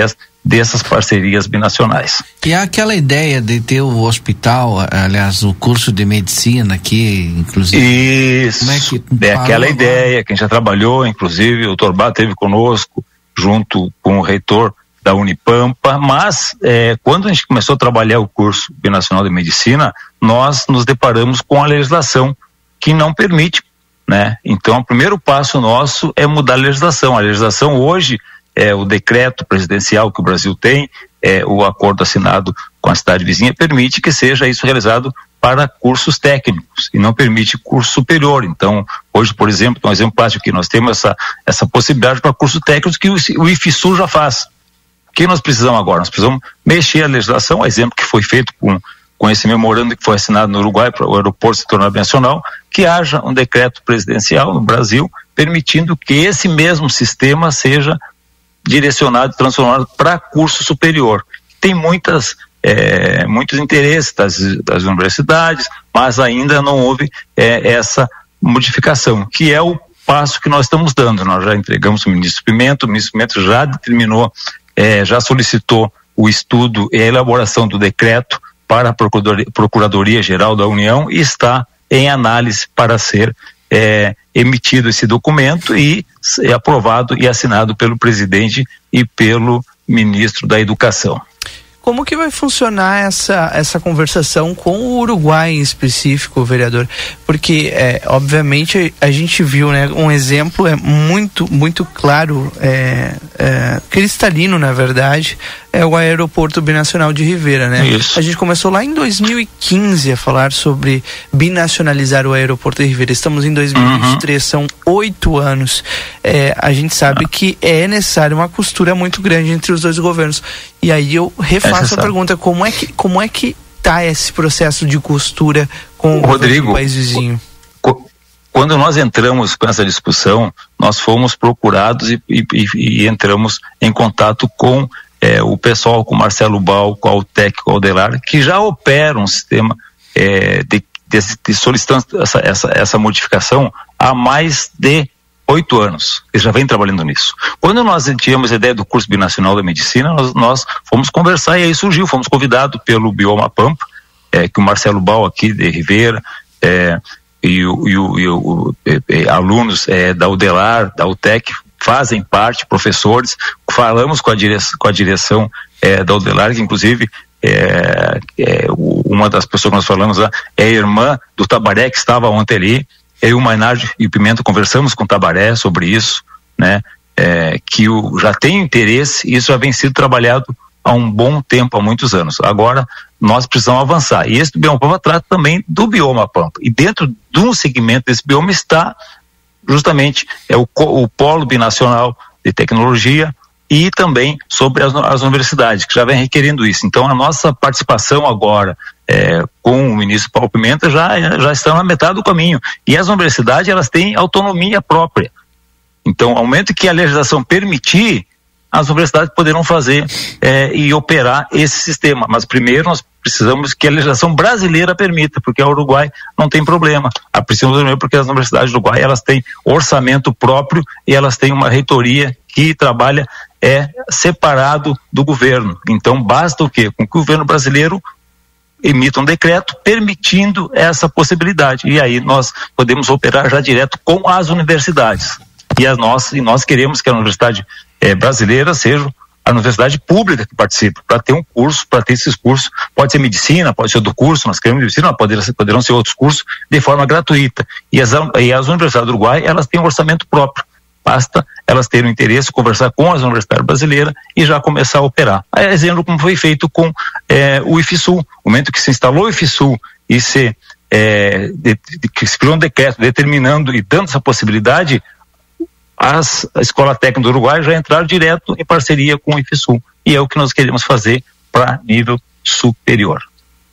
dessas parcerias binacionais. E há aquela ideia de ter o hospital, aliás, o curso de medicina aqui, inclusive. Isso, como é, que é aquela agora? Ideia que a gente já trabalhou, inclusive o Torbá esteve conosco, junto com o reitor da Unipampa, mas é, quando a gente começou a trabalhar o curso binacional de medicina, nós nos deparamos com a legislação que não permite, né? Então, o primeiro passo nosso é mudar a legislação. A legislação hoje é o decreto presidencial que o Brasil tem, é, o acordo assinado com a cidade vizinha permite que seja isso realizado para cursos técnicos e não permite curso superior. Então, hoje, por exemplo, um exemplo prático que nós temos essa, essa possibilidade para cursos técnicos que o, o IFSU já faz. O que nós precisamos agora? Nós precisamos mexer a legislação, exemplo que foi feito com, com esse memorando que foi assinado no Uruguai para o aeroporto se tornar nacional, que haja um decreto presidencial no Brasil permitindo que esse mesmo sistema seja direcionado, transformado para curso superior. Tem muitas, é, muitos interesses das, das universidades, mas ainda não houve é, essa modificação, que é o passo que nós estamos dando. Nós já entregamos o ministro Pimenta, o ministro Pimenta já determinou, é, já solicitou o estudo e a elaboração do decreto para a Procuradoria, Procuradoria Geral da União e está em análise para ser é, emitido esse documento e é aprovado e assinado pelo presidente e pelo ministro da Educação. Como que vai funcionar essa, essa conversação com o Uruguai em específico, vereador? Porque, é, obviamente, a gente viu, né, um exemplo é muito, muito claro, é, é, cristalino, na verdade, é o aeroporto binacional de Rivera, né? Isso. A gente começou lá em dois mil e quinze a falar sobre binacionalizar o aeroporto de Rivera. Estamos em dois mil e vinte e três, uhum. São oito anos. É, a gente sabe que é necessária uma costura muito grande entre os dois governos. E aí eu refaço é a pergunta, como é que como é que tá esse processo de costura com o Rodrigo, país vizinho? Quando nós entramos com essa discussão, nós fomos procurados e, e, e entramos em contato com é, o pessoal, com o Marcelo Bal, com a Altec, com a Aldelar, que já opera um sistema é, de, de, de solicitando essa, essa, essa modificação há mais de oito anos. Eles já vêm trabalhando nisso. Quando nós tínhamos a ideia do curso binacional da medicina, nós, nós fomos conversar e aí surgiu, fomos convidados pelo Bioma Pampa, é, que o Marcelo Bal aqui de Rivera, é, e o, e o, e o e, e, alunos é, da Udelar, da Utec, fazem parte, professores, falamos com a direção, com a direção é, da Udelar, que inclusive é, é, uma das pessoas que nós falamos lá é a irmã do Tabaré, que estava ontem ali. Eu e o Mainardi e o Pimenta conversamos com o Tabaré sobre isso, né? É, que o, já tem interesse e isso já vem sido trabalhado há um bom tempo, há muitos anos. Agora, nós precisamos avançar. E esse do Bioma Pampa trata também do Bioma Pampa. E dentro de um segmento desse bioma está justamente é o, o Polo Binacional de Tecnologia e também sobre as, as universidades, que já vem requerendo isso. Então, a nossa participação agora é, com o ministro Paulo Pimenta já, já está na metade do caminho. E as universidades, elas têm autonomia própria. Então, ao momento que a legislação permitir, as universidades poderão fazer é, e operar esse sistema. Mas primeiro nós precisamos que a legislação brasileira permita, porque a Uruguai não tem problema. A precisamos primeiro porque as universidades do Uruguai, elas têm orçamento próprio e elas têm uma reitoria que trabalha é separado do governo. Então basta o quê? Com que o governo brasileiro emita um decreto permitindo essa possibilidade. E aí nós podemos operar já direto com as universidades. E, as nós, e nós queremos que a universidade é, brasileira seja a universidade pública que participe, para ter um curso, para ter esses cursos, pode ser medicina, pode ser outro curso, nós queremos medicina, poderão ser, poderão ser outros cursos de forma gratuita. E as, e as universidades do Uruguai, elas têm um orçamento próprio, basta elas terem o interesse, conversar com as universidades brasileiras e já começar a operar. É exemplo como foi feito com é, o IFSU, no momento que se instalou o IFSU e se, é, de, de, que se criou um decreto determinando e dando essa possibilidade, As, a Escola Técnica do Uruguai já entraram direto em parceria com o IFSU. E é o que nós queremos fazer para nível superior.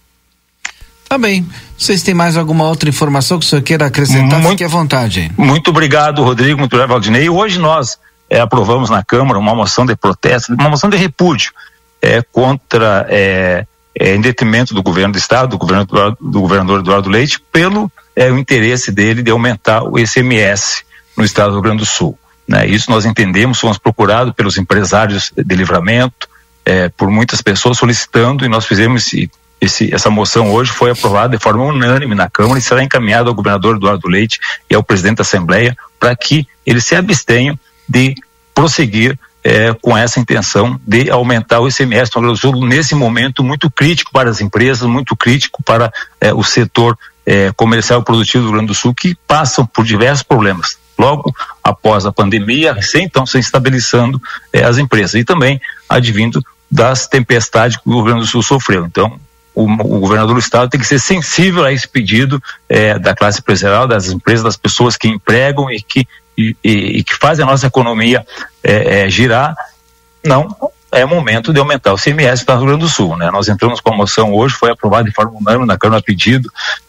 Tá bem. Vocês têm mais alguma outra informação que o senhor queira acrescentar? Muito, Fique à vontade. Hein? Muito obrigado, Rodrigo, muito obrigado, Valdinei. Hoje nós é, aprovamos na Câmara uma moção de protesto, uma moção de repúdio é, contra, é, é, em detrimento do governo do Estado, do governador, do governador Eduardo Leite, pelo é, o interesse dele de aumentar o I C M S no estado do Rio Grande do Sul. Né? Isso nós entendemos, fomos procurados pelos empresários de Livramento, é, por muitas pessoas solicitando, e nós fizemos esse, esse, essa moção hoje, foi aprovada de forma unânime na Câmara e será encaminhada ao governador Eduardo Leite e ao presidente da Assembleia para que eles se abstenham de prosseguir É, com essa intenção de aumentar o I C M S do Rio Grande do Sul nesse momento muito crítico para as empresas, muito crítico para é, o setor é, comercial e produtivo do Rio Grande do Sul, que passam por diversos problemas. Logo após a pandemia, recém então se estabilizando é, as empresas e também advindo das tempestades que o Rio Grande do Sul sofreu. Então, o, o governador do estado tem que ser sensível a esse pedido é, da classe empresarial, das empresas, das pessoas que empregam e que E, e, e que fazem a nossa economia é, é, girar. Não é momento de aumentar o I C M S para o Rio Grande do Sul, né? Nós entramos com a moção hoje, foi aprovada de forma unânime na Câmara a pedido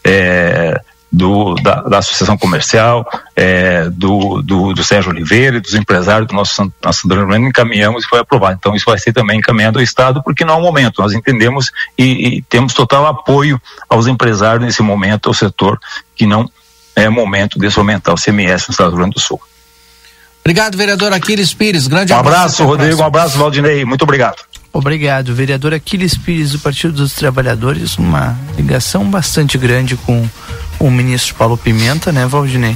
é, do, da, da Associação Comercial, é, do, do, do Sérgio Oliveira e dos empresários do nosso, nosso Rio Grande, encaminhamos e foi aprovado. Então isso vai ser também encaminhado ao Estado, porque não é o momento, nós entendemos e, e temos total apoio aos empresários nesse momento, ao setor, que não é momento de aumentar o I C M S no estado do Rio Grande do Sul. Obrigado, vereador Aquiles Pires. Grande um abraço. abraço, Rodrigo. Um abraço, Valdinei. Muito obrigado. Obrigado, vereador Aquiles Pires, do Partido dos Trabalhadores. Uma ligação bastante grande com o ministro Paulo Pimenta, né, Valdinei?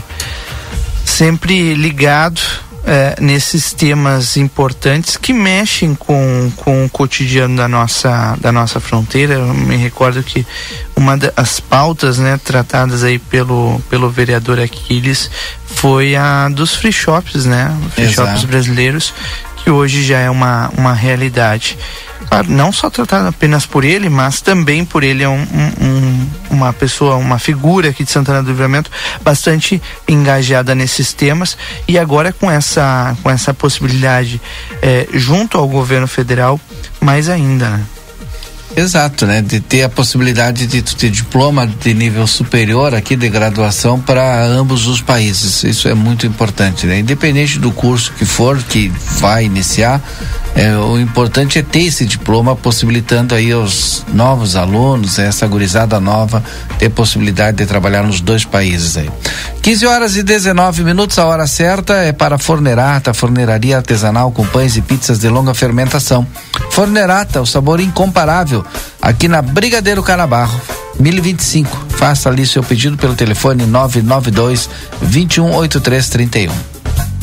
Sempre ligado é, nesses temas importantes que mexem com, com o cotidiano da nossa, da nossa fronteira. Eu me recordo que uma das pautas, né, tratadas aí pelo, pelo vereador Aquiles foi a dos free shops, né? Free Exato. shops brasileiros, que hoje já é uma, uma realidade. Claro, não só tratado apenas por ele, mas também por ele é um, um, uma pessoa, uma figura aqui de Santana do Livramento bastante engajada nesses temas, e agora com essa, com essa possibilidade é, junto ao governo federal, mais ainda, né? Exato, né? De ter a possibilidade de ter diploma de nível superior aqui de graduação para ambos os países. Isso é muito importante, né? Independente do curso que for, que vai iniciar, é, o importante é ter esse diploma, possibilitando aí aos novos alunos, essa gurizada nova, ter possibilidade de trabalhar nos dois países aí. quinze horas e dezenove minutos, a hora certa é para Fornerata, forneraria artesanal com pães e pizzas de longa fermentação. Fornerata, o sabor incomparável, aqui na Brigadeiro Canabarro, mil e vinte e cinco. Faça ali seu pedido pelo telefone nove nove dois, vinte e um, oitenta e três, trinta e um.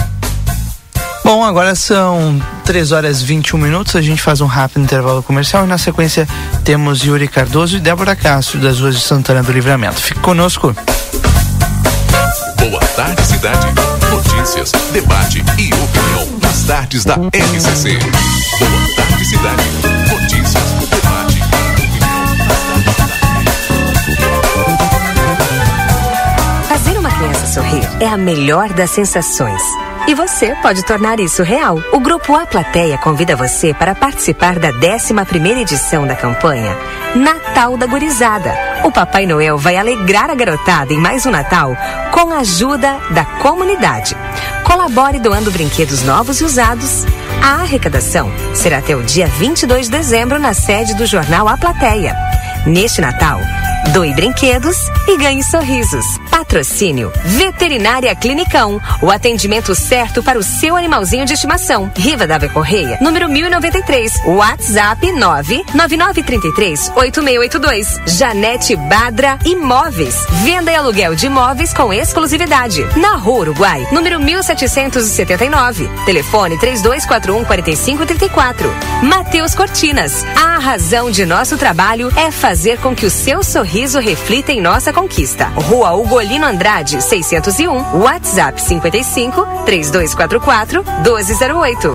Bom, agora são três horas e vinte e um minutos, a gente faz um rápido intervalo comercial e na sequência temos Yuri Cardoso e Débora Castro, das ruas de Santana do Livramento. Fique conosco. Boa tarde, cidade. Notícias, debate e opinião nas tardes da R C C. Boa tarde, cidade. Notícias, debate e opinião nas tardes da... Fazer uma criança sorrir é a melhor das sensações. E você pode tornar isso real. O Grupo A Plateia convida você para participar da décima primeira edição da campanha Natal da Gurizada. O Papai Noel vai alegrar a garotada em mais um Natal com a ajuda da comunidade. Colabore doando brinquedos novos e usados. A arrecadação será até o dia vinte e dois de dezembro na sede do jornal A Plateia. Neste Natal, doe brinquedos e ganhe sorrisos. Patrocínio Veterinária Clinicão, o atendimento certo para o seu animalzinho de estimação. Rivadavia Correia, número mil e noventa e três, WhatsApp nove nove nove três três, oito seis oito dois. Janete Badra Imóveis, venda e aluguel de imóveis com exclusividade. Na Rua Uruguai, número mil setecentos e setenta e nove, telefone três dois quatro um, quatro cinco três quatro. Mateus Cortinas, a razão de nosso trabalho é fazer com que o seu sorriso reflita em nossa conquista. Rua Ugolino Andrade, seiscentos e um, WhatsApp cinquenta e cinco, três dois quatro quatro, doze zero oito.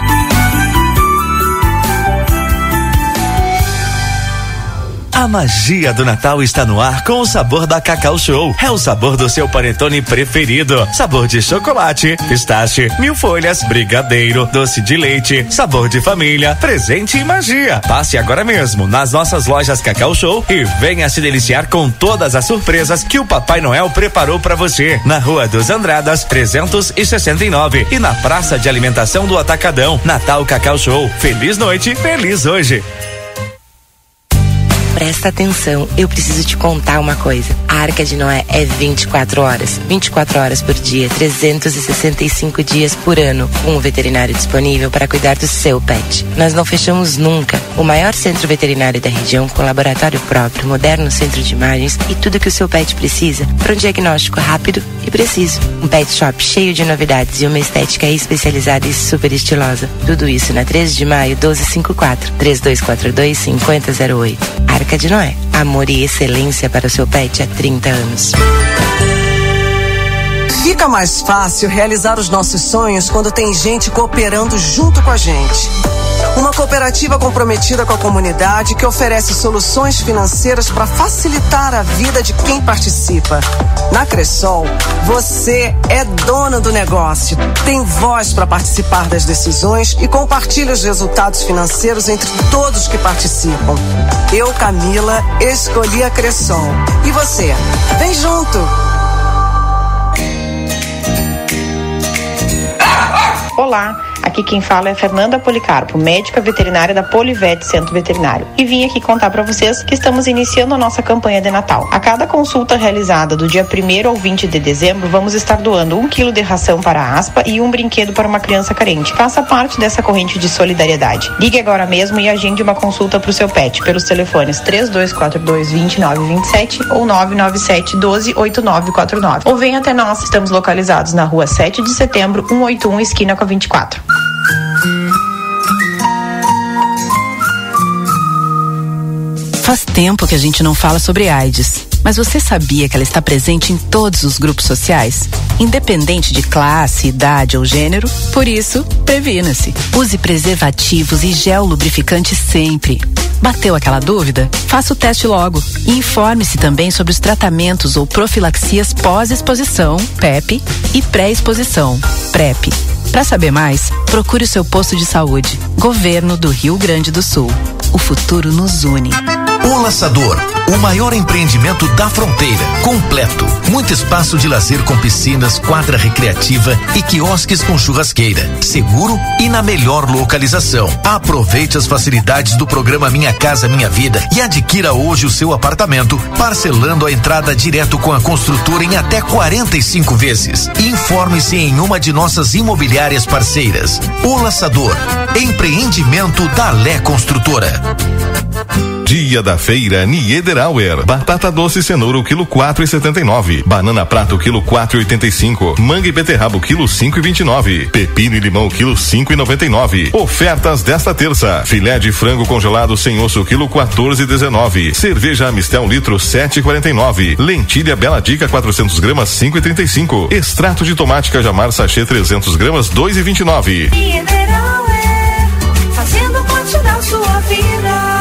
A magia do Natal está no ar com o sabor da Cacau Show. É o sabor do seu panetone preferido. Sabor de chocolate, pistache, mil folhas, brigadeiro, doce de leite, sabor de família, presente e magia. Passe agora mesmo nas nossas lojas Cacau Show e venha se deliciar com todas as surpresas que o Papai Noel preparou para você. Na Rua dos Andradas, trezentos e sessenta e nove e na Praça de Alimentação do Atacadão. Natal Cacau Show. Feliz noite, feliz hoje. presta atenção, eu preciso te contar uma coisa. A Arca de Noé é vinte e quatro horas, vinte e quatro horas por dia, trezentos e sessenta e cinco dias por ano, com um veterinário disponível para cuidar do seu pet. Nós não fechamos nunca. O maior centro veterinário da região, com laboratório próprio, moderno centro de imagens e tudo que o seu pet precisa para um diagnóstico rápido e preciso. Um pet shop cheio de novidades e uma estética especializada e super estilosa. Tudo isso na três de maio, doze cinquenta e quatro, três dois quatro dois, cinco zero zero oito. Arca de Noé. Amor e excelência para o seu pet há trinta anos. Fica mais fácil realizar os nossos sonhos quando tem gente cooperando junto com a gente. Uma cooperativa comprometida com a comunidade que oferece soluções financeiras para facilitar a vida de quem participa. Na Cressol, você é dono do negócio, tem voz para participar das decisões e compartilha os resultados financeiros entre todos que participam. Eu, Camila, escolhi a Cressol. E você? Vem junto! Olá, aqui quem fala é Fernanda Policarpo, médica veterinária da Polivet Centro Veterinário. E vim aqui contar para vocês que estamos iniciando a nossa campanha de Natal. A cada consulta realizada do dia primeiro ao vinte de dezembro, vamos estar doando um quilo de ração para a aspa e um brinquedo para uma criança carente. Faça parte dessa corrente de solidariedade. Ligue agora mesmo e agende uma consulta para o seu pet pelos telefones três dois quatro dois, dois nove dois sete ou nove nove sete, um dois, oito nove quatro nove. Ou venha até nós, estamos localizados na rua sete de setembro, cento e oitenta e um, esquina com a vinte e quatro. Faz tempo que a gente não fala sobre AIDS, mas você sabia que ela está presente em todos os grupos sociais, independente de classe, idade ou gênero? Por isso, previna-se. Use preservativos e gel lubrificante sempre. Bateu aquela dúvida? Faça o teste logo e informe-se também sobre os tratamentos ou profilaxias pós-exposição, PrEP, e pré-exposição, PrEP. Para saber mais, procure o seu posto de saúde. Governo do Rio Grande do Sul. O futuro nos une. O Laçador, o maior empreendimento da fronteira, completo, muito espaço de lazer com piscinas, quadra recreativa e quiosques com churrasqueira, seguro e na melhor localização. Aproveite as facilidades do programa Minha Casa Minha Vida e adquira hoje o seu apartamento, parcelando a entrada direto com a construtora em até quarenta e cinco vezes. Informe-se em uma de nossas imobiliárias parceiras. O Laçador, empreendimento da Lé Construtora. Dia da feira Niederauer. Batata doce cenoura o quilo quatro e setenta e nove. Banana prata o quilo quatro e oitenta e cinco. Manga e beterraba o quilo cinco e vinte e nove. Pepino e limão o quilo cinco e noventa e nove. Ofertas desta terça. Filé de frango congelado sem osso o quilo quatorze e dezenove. Cerveja Amistel litro sete e quarenta e nove. Lentilha Bela Dica quatrocentos gramas cinco e trinta e cinco. Extrato de tomate Cajamar sachê trezentos gramas dois e vinte e nove. Niederauer, fazendo parte da sua vida.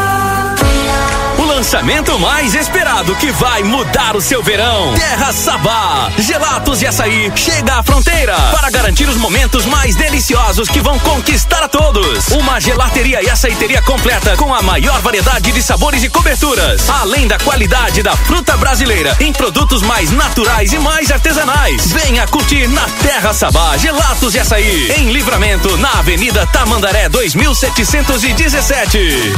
Lançamento mais esperado que vai mudar o seu verão. Terra Sabá, gelatos e açaí chega à fronteira para garantir os momentos mais deliciosos que vão conquistar a todos. Uma gelateria e açaiteria completa com a maior variedade de sabores e coberturas, além da qualidade da fruta brasileira em produtos mais naturais e mais artesanais. Venha curtir na Terra Sabá, gelatos e açaí em Livramento, na Avenida Tamandaré dois mil setecentos e dezessete.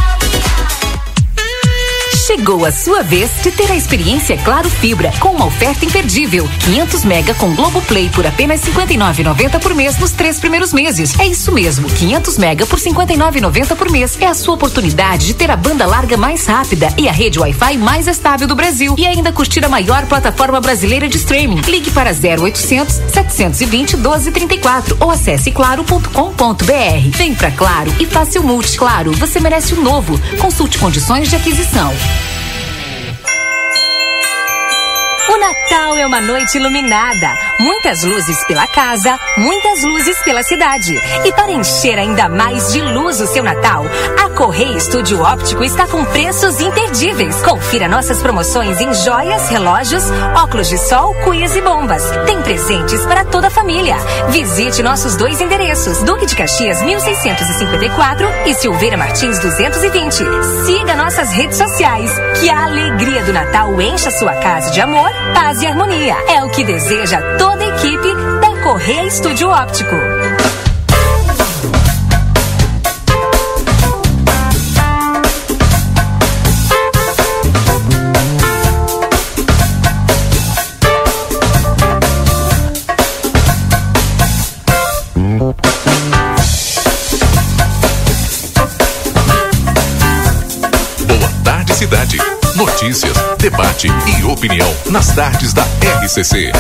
Chegou a sua vez de ter a experiência Claro Fibra com uma oferta imperdível. quinhentos mega com Globoplay por apenas cinquenta e nove reais e noventa centavos por mês nos três primeiros meses. É isso mesmo, quinhentos mega por cinquenta e nove reais e noventa centavos por mês. É a sua oportunidade de ter a banda larga mais rápida e a rede Wi-Fi mais estável do Brasil. E ainda curtir a maior plataforma brasileira de streaming. Ligue para zero oitocentos, setecentos e vinte, doze trinta e quatro ou acesse claro ponto com ponto br. Vem pra Claro e faça o multi. Claro, você merece o novo. Consulte condições de aquisição. O Natal é uma noite iluminada. Muitas luzes pela casa, muitas luzes pela cidade. E para encher ainda mais de luz o seu Natal, a Correia Estúdio Óptico está com preços imperdíveis. Confira nossas promoções em joias, relógios, óculos de sol, cuias e bombas. Tem presentes para toda a família. Visite nossos dois endereços, Duque de Caxias mil seiscentos e cinquenta e quatro e Silveira Martins duzentos e vinte. Siga nossas redes sociais. Que a alegria do Natal encha sua casa de amor, paz e harmonia. É o que deseja toda a equipe da Correia Estúdio Óptico. Boa tarde, cidade. Notícias, debate e opinião nas tardes da R C C.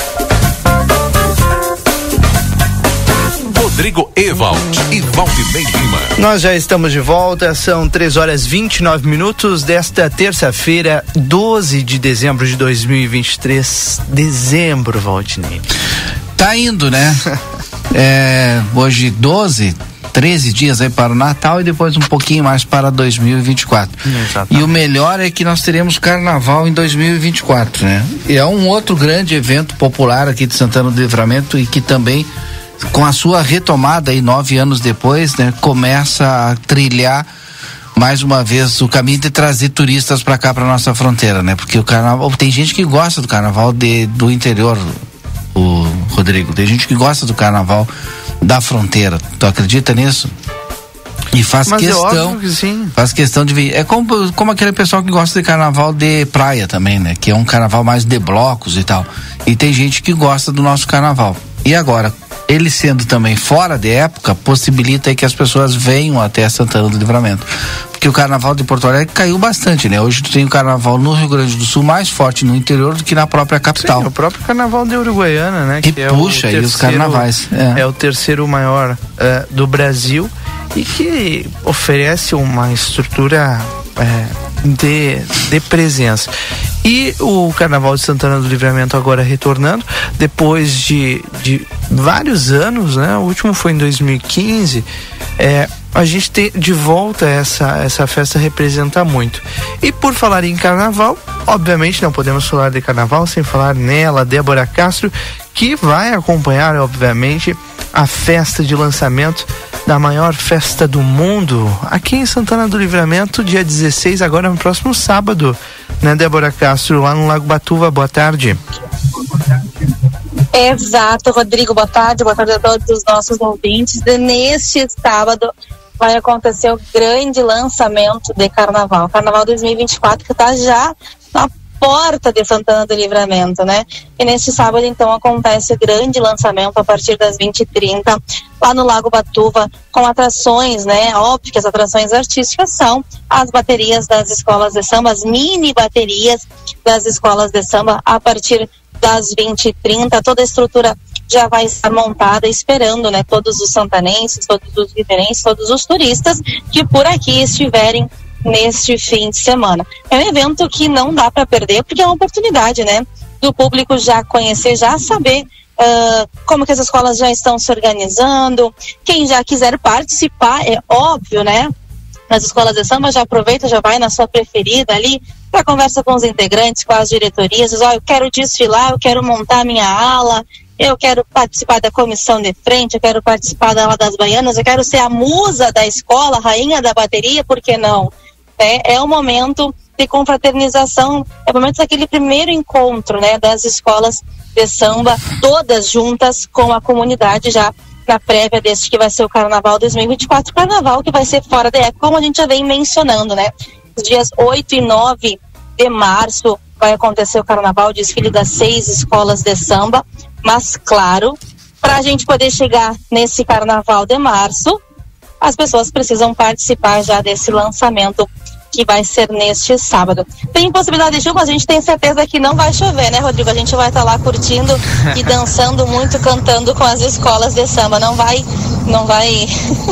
Rodrigo Ewald e Valdinei Lima. Nós já estamos de volta, são três horas e vinte e nove minutos desta terça-feira, doze de dezembro de dois mil e vinte e três. Dezembro, Valdinei. Tá indo, né? é, hoje doze, treze dias aí para o Natal e depois um pouquinho mais para dois mil e vinte e quatro. Exatamente. E o melhor é que nós teremos carnaval em dois mil e vinte e quatro, né? E é um outro grande evento popular aqui de Santana do Livramento e que também, com a sua retomada aí nove anos depois, né, começa a trilhar mais uma vez o caminho de trazer turistas para cá, para nossa fronteira, né? Porque o carnaval, tem gente que gosta do carnaval de, do interior, o Rodrigo, tem gente que gosta do carnaval da fronteira. Tu acredita nisso? E faz Mas questão, é que sim. faz questão de vir. É como, como aquele pessoal que gosta de carnaval de praia também, né? Que é um carnaval mais de blocos e tal. E tem gente que gosta do nosso carnaval. E agora, ele sendo também fora de época, possibilita aí que as pessoas venham até Santana do Livramento. Porque o carnaval de Porto Alegre caiu bastante, né? Hoje tu tem o carnaval no Rio Grande do Sul mais forte no interior do que na própria capital. Sim, o próprio carnaval de Uruguaiana, né? Que, que puxa é aí os carnavais. É. é o terceiro maior uh, do Brasil e que oferece uma estrutura uh, de, de presença. E o Carnaval de Santana do Livramento agora retornando, depois de, de vários anos, né? O último foi em dois mil e quinze, é, a gente tem de volta essa, essa festa representa muito. E por falar em Carnaval, obviamente não podemos falar de Carnaval sem falar nela, Débora Castro, que vai acompanhar, obviamente, a festa de lançamento da maior festa do mundo, aqui em Santana do Livramento, dia dezesseis, agora no próximo sábado, né, Débora Castro, lá no Lago Batuva. Boa tarde. Exato, Rodrigo, boa tarde, boa tarde a todos os nossos ouvintes. Neste sábado vai acontecer o grande lançamento de Carnaval, Carnaval dois mil e vinte e quatro, que está já na porta de Santana do Livramento, né? E neste sábado, então, acontece o grande lançamento a partir das vinte e trinta, lá no Lago Batuva, com atrações, né? Óbvio que as atrações artísticas são as baterias das escolas de samba, as mini baterias das escolas de samba, a partir das vinte e trinta, toda a estrutura já vai estar montada, esperando, né? Todos os santanenses, todos os ribeirenses, todos os turistas que por aqui estiverem neste fim de semana. É um evento que não dá para perder, porque é uma oportunidade, né, do público já conhecer, já saber uh, como que as escolas já estão se organizando. Quem já quiser participar, é óbvio, né, nas escolas de samba, já aproveita, já vai na sua preferida ali, para conversa com os integrantes, com as diretorias, diz, ó, eu quero desfilar, eu quero montar minha ala, eu quero participar da comissão de frente, eu quero participar da ala das baianas, eu quero ser a musa da escola, a rainha da bateria, por que não? É, é um momento de confraternização, é o momento daquele primeiro encontro, né, das escolas de samba, todas juntas com a comunidade, já na prévia deste que vai ser o Carnaval dois mil e vinte e quatro, Carnaval que vai ser fora da época, como a gente já vem mencionando, né? Os dias oito e nove de março vai acontecer o Carnaval, desfile das seis escolas de samba, mas claro, para a gente poder chegar nesse Carnaval de março, as pessoas precisam participar já desse lançamento que vai ser neste sábado. Tem possibilidade de chuva, a gente tem certeza que não vai chover, né, Rodrigo? A gente vai estar tá lá curtindo e dançando muito, cantando com as escolas de samba. Não vai, não vai,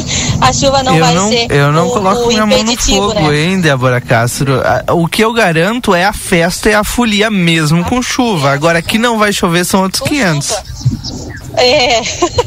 a chuva não eu vai não, ser Eu não o, coloco o minha mão no fogo, né? hein, Débora Castro? O que eu garanto é a festa e a folia mesmo com chuva. Agora, que não vai chover são outros com quinhentos. Chuva. É,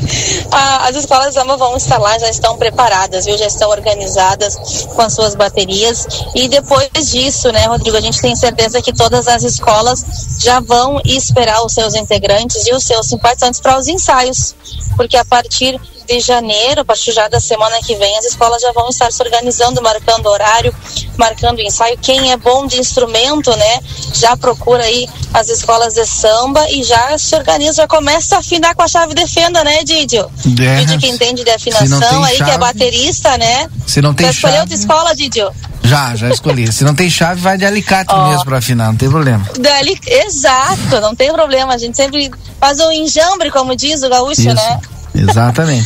as escolas de samba vão estar lá, já estão preparadas, viu? Já estão organizadas com as suas baterias. E depois disso, né, Rodrigo, a gente tem certeza que todas as escolas já vão esperar os seus integrantes e os seus simpatizantes para os ensaios, porque a partir de janeiro, a partir já da semana que vem, as escolas já vão estar se organizando, marcando horário, marcando ensaio. Quem é bom de instrumento, né, já procura aí as escolas de samba e já se organiza, já começa a afinar com a chave de fenda, né, Didio? É, Didio que entende de afinação aí, chave, que é baterista, né? Se não tem já escolheu chave... outra escola, Didio? Já, já escolhi. Se não tem chave, vai de alicate oh. mesmo pra afinar, não tem problema. Dali... Exato, não tem problema. A gente sempre faz o enjambre, como diz o gaúcho, Isso. né? Exatamente.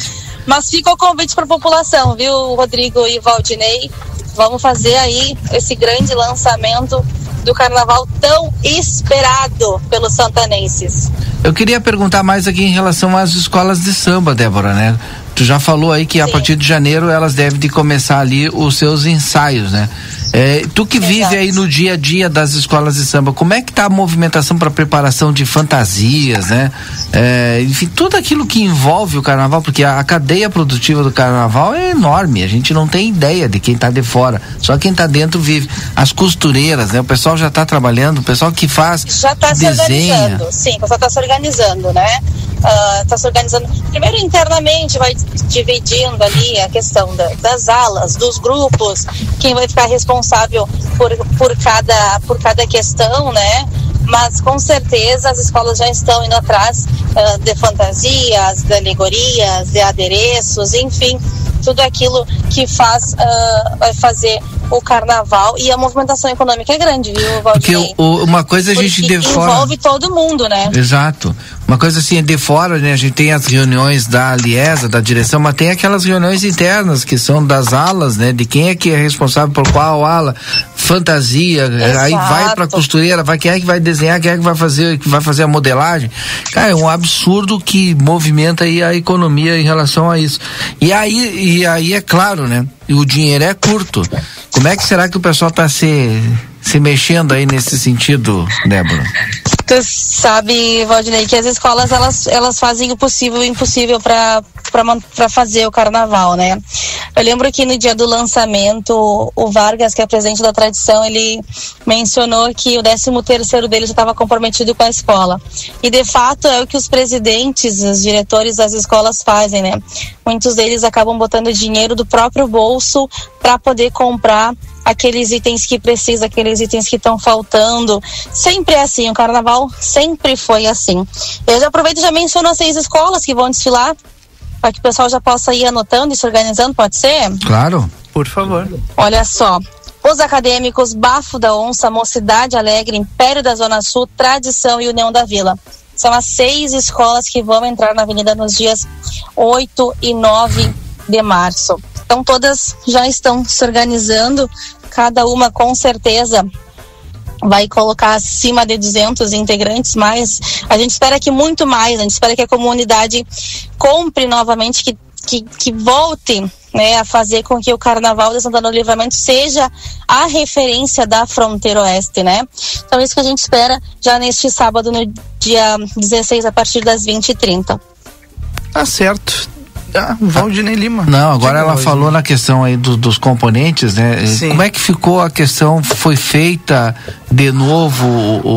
Mas fica o convite para a população, viu, Rodrigo e Valdinei? Vamos fazer aí esse grande lançamento do carnaval tão esperado pelos santanenses. Eu queria perguntar mais aqui em relação às escolas de samba, Débora, né? Tu já falou aí que Sim. a partir de janeiro elas devem de começar ali os seus ensaios, né? É, tu que Exato. vive aí no dia a dia das escolas de samba, como é que tá a movimentação para preparação de fantasias, né? É, enfim, tudo aquilo que envolve o carnaval, porque a, a cadeia produtiva do carnaval é enorme, a gente não tem ideia de quem tá de fora, só quem tá dentro vive. As costureiras, né? O pessoal já tá trabalhando, o pessoal que faz já tá desenha. se organizando, sim, o pessoal tá se organizando, né? Uh, tá se organizando, primeiro internamente vai dividindo ali a questão da, das alas, dos grupos, quem vai ficar responsável por, por, cada, por cada questão, né? Mas com certeza as escolas já estão indo atrás uh, de fantasias, de alegorias, de adereços, enfim, tudo aquilo que faz, uh, vai fazer o carnaval, e a movimentação econômica é grande, viu, Valdir? Porque o, uma coisa a gente de fora... envolve todo mundo, né? Exato. Uma coisa assim, de fora, né? A gente tem as reuniões da Liesa, da direção, mas tem aquelas reuniões internas que são das alas, né? De quem é que é responsável por qual ala, fantasia, Exato. Aí vai pra costureira, vai, quem é que vai desenhar, quem é que vai fazer, que vai fazer a modelagem. Cara, é um absurdo que movimenta aí a economia em relação a isso. E aí, e aí é claro, né? O dinheiro é curto. Como é que será que o pessoal tá se, se mexendo aí nesse sentido, Débora? Tu sabe, Valdinei, que as escolas elas, elas fazem o possível e o impossível para para fazer o carnaval, né? Eu lembro que no dia do lançamento, o Vargas, que é presidente da tradição, ele mencionou que o décimo terceiro dele já estava comprometido com a escola. E de fato é o que os presidentes, os diretores das escolas fazem, né? Muitos deles acabam botando dinheiro do próprio bolso para poder comprar aqueles itens que precisa, aqueles itens que estão faltando. Sempre é assim, o carnaval sempre foi assim. Eu já aproveito e já menciono as seis escolas que vão desfilar, para que o pessoal já possa ir anotando e se organizando, pode ser? Claro. Por favor. Olha só, os acadêmicos, Bafo da Onça, Mocidade Alegre, Império da Zona Sul, Tradição e União da Vila. São as seis escolas que vão entrar na avenida nos dias oito e nove de março. Então todas já estão se organizando, cada uma com certeza vai colocar acima de duzentos integrantes, mas a gente espera que muito mais, a gente espera que a comunidade compre novamente, que, que, que volte, né, a fazer com que o Carnaval de Santana do Livramento seja a referência da fronteira oeste, né? Então isso que a gente espera já neste sábado, no dia dezesseis, a partir das vinte e trinta. Tá certo. Ah, Valdinei Lima. Não, agora ela falou na questão aí do, dos componentes, né? Sim. Como é que ficou a questão? Foi feita de novo o,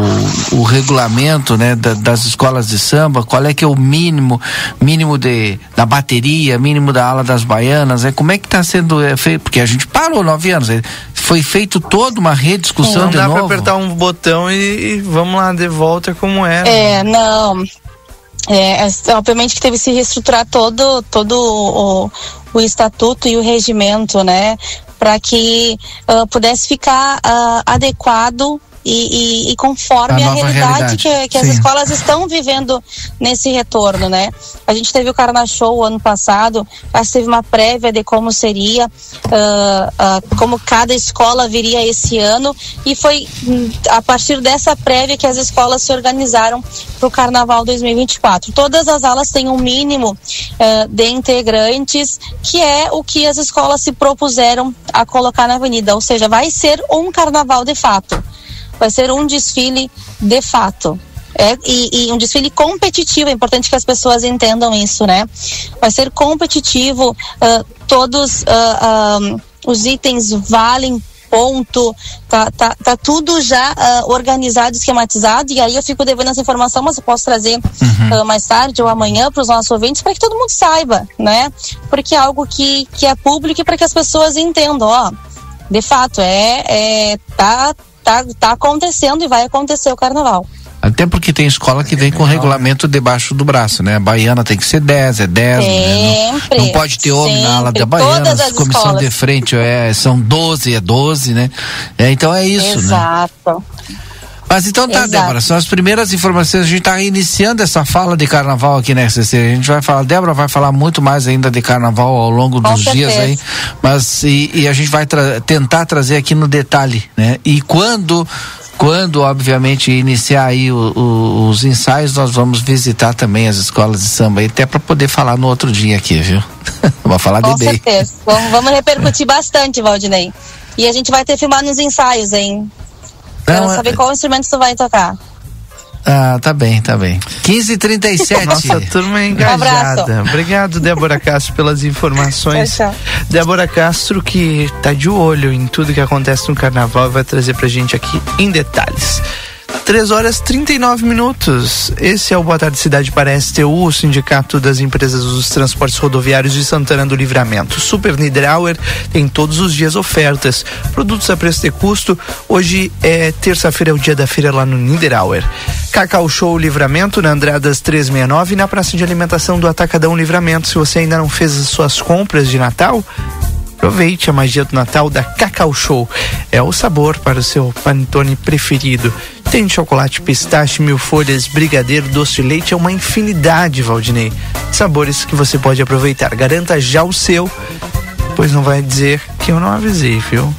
o, o regulamento, né, da, das escolas de samba? Qual é que é o mínimo, mínimo de, da bateria, mínimo da ala das baianas? É, como é que está sendo é, feito? Porque a gente parou nove anos. É, foi feito toda uma rediscussão de novo? Não dá para apertar um botão e, e vamos lá, de volta como era. É, não... É, obviamente que teve que se reestruturar todo, todo o, o estatuto e o regimento, né, para que uh, pudesse ficar uh, adequado e, e, e conforme a, a realidade, realidade que, que as escolas estão vivendo nesse retorno, né? A gente teve o Carna Show ano passado, mas teve uma prévia de como seria, uh, uh, como cada escola viria esse ano, e foi um, a partir dessa prévia que as escolas se organizaram para o Carnaval dois mil e vinte e quatro. Todas as alas têm um mínimo uh, de integrantes, que é o que as escolas se propuseram a colocar na avenida, ou seja, vai ser um carnaval de fato. Vai ser um desfile de fato. É, e, e um desfile competitivo, é importante que as pessoas entendam isso, né? Vai ser competitivo, uh, todos uh, uh, os itens valem ponto, tá, tá, tá tudo já uh, organizado, esquematizado, e aí eu fico devendo essa informação, mas eu posso trazer uhum. uh, mais tarde ou amanhã para os nossos ouvintes, para que todo mundo saiba, né? Porque é algo que, que é público e para que as pessoas entendam, ó, de fato, é, é tá Tá, tá acontecendo e vai acontecer o carnaval. Até porque tem escola que vem com regulamento debaixo do braço, né? A baiana tem que ser dez, é dez, né? Não, não pode ter homem sempre, na ala da baiana, a comissão escolas. De frente é, são doze, é doze, né? É, então é isso, Exato. né? Mas então tá, Exato. Débora, são as primeiras informações. A gente tá iniciando essa fala de carnaval aqui na R C C. A gente vai falar, Débora vai falar muito mais ainda de carnaval ao longo Com dos certeza. dias aí, mas e, e a gente vai tra- tentar trazer aqui no detalhe, né? E quando Quando, obviamente, iniciar aí o, o, os ensaios, nós vamos visitar também as escolas de samba aí, até para poder falar no outro dia aqui, viu? Vamos falar Com de bem. certeza. Vamos, vamos repercutir bastante, Valdinei. E a gente vai ter filmado nos ensaios, hein? Quero Não, saber é- qual instrumento tu vai tocar. Ah, tá bem, tá bem. quinze e trinta e sete. Nossa, turma é engajada. Obrigado, Débora Castro, pelas informações. Tchau, tchau. Débora Castro, que tá de olho em tudo que acontece no carnaval, vai trazer pra gente aqui em detalhes. três horas e trinta e nove minutos. Esse é o Boa Tarde Cidade para a S T U, o Sindicato das Empresas dos Transportes Rodoviários de Santana do Livramento. Super Niederauer tem todos os dias ofertas. Produtos a preço de custo. Hoje é terça-feira, é o dia da feira lá no Niederauer. Cacau Show Livramento, na Andradas trezentos e sessenta e nove, na Praça de Alimentação do Atacadão Livramento. Se você ainda não fez as suas compras de Natal, aproveite a magia do Natal da Cacau Show. É o sabor para o seu panetone preferido. Tem chocolate, pistache, mil folhas, brigadeiro, doce de leite, é uma infinidade, Valdinei, de sabores que você pode aproveitar. Garanta já o seu, pois não vai dizer que eu não avisei, viu?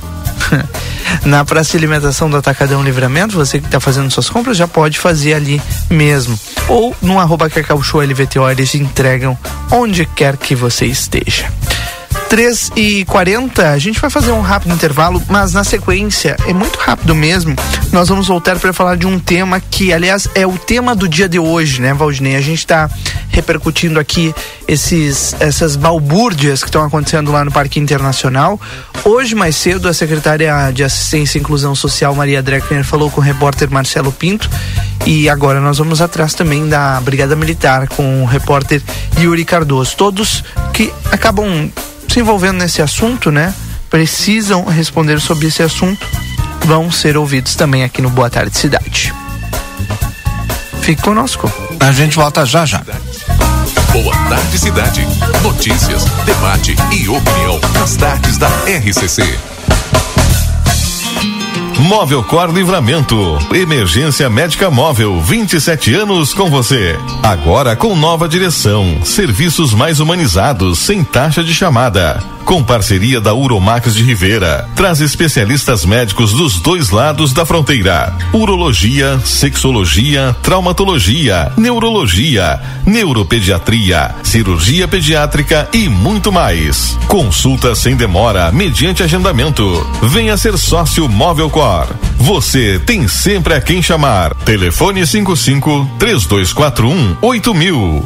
Na Praça de Alimentação do Atacadão Livramento, você que está fazendo suas compras já pode fazer ali mesmo. Ou no arroba Cacau Show L V T O, eles entregam onde quer que você esteja. três e quarenta, a gente vai fazer um rápido intervalo, mas na sequência, é muito rápido mesmo, nós vamos voltar para falar de um tema que, aliás, é o tema do dia de hoje, né, Valdinei? A gente está repercutindo aqui esses, essas balbúrdias que estão acontecendo lá no Parque Internacional. Hoje, mais cedo, a secretária de Assistência e Inclusão Social, Maria Dreckner, falou com o repórter Marcelo Pinto, e agora nós vamos atrás também da Brigada Militar com o repórter Yuri Cardoso. Todos que acabam se envolvendo nesse assunto, né? Precisam responder sobre esse assunto, vão ser ouvidos também aqui no Boa Tarde Cidade. Fique conosco. A gente volta já já. Boa Tarde Cidade. Notícias, debate e opinião nas tardes da R C C. Móvel Cor Livramento. Emergência médica móvel. vinte e sete anos com você. Agora com nova direção. Serviços mais humanizados, sem taxa de chamada. Com parceria da Uromax de Rivera. Traz especialistas médicos dos dois lados da fronteira. Urologia, sexologia, traumatologia, neurologia, neuropediatria, cirurgia pediátrica e muito mais. Consulta sem demora, mediante agendamento. Venha ser sócio Móvel Cor. Você tem sempre a quem chamar. Telefone cinco cinco, três dois quatro um, oito mil.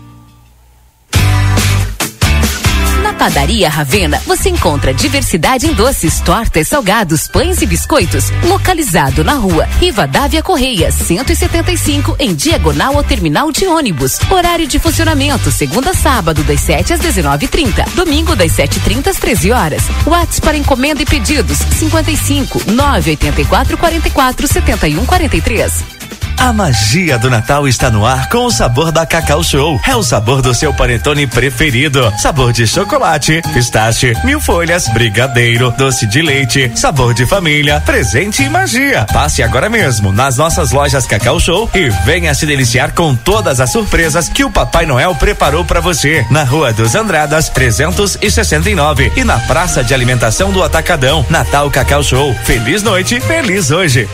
Padaria Ravena, você encontra diversidade em doces, tortas, salgados, pães e biscoitos. Localizado na rua Rivadavia Correia, cento e setenta e cinco, em diagonal ao terminal de ônibus. Horário de funcionamento, segunda a sábado, das sete às dezenove e trinta. Domingo, das sete e trinta às treze horas. WhatsApp para encomenda e pedidos, cinquenta e cinco, nove oitenta e quatro, quarenta e quatro, setenta e um, quarenta e três. A magia do Natal está no ar com o sabor da Cacau Show. É o sabor do seu panetone preferido. Sabor de chocolate, pistache, mil folhas, brigadeiro, doce de leite, sabor de família, presente e magia. Passe agora mesmo nas nossas lojas Cacau Show e venha se deliciar com todas as surpresas que o Papai Noel preparou para você. Na Rua dos Andradas, trezentos e sessenta e nove e na Praça de Alimentação do Atacadão. Natal Cacau Show. Feliz noite, feliz hoje.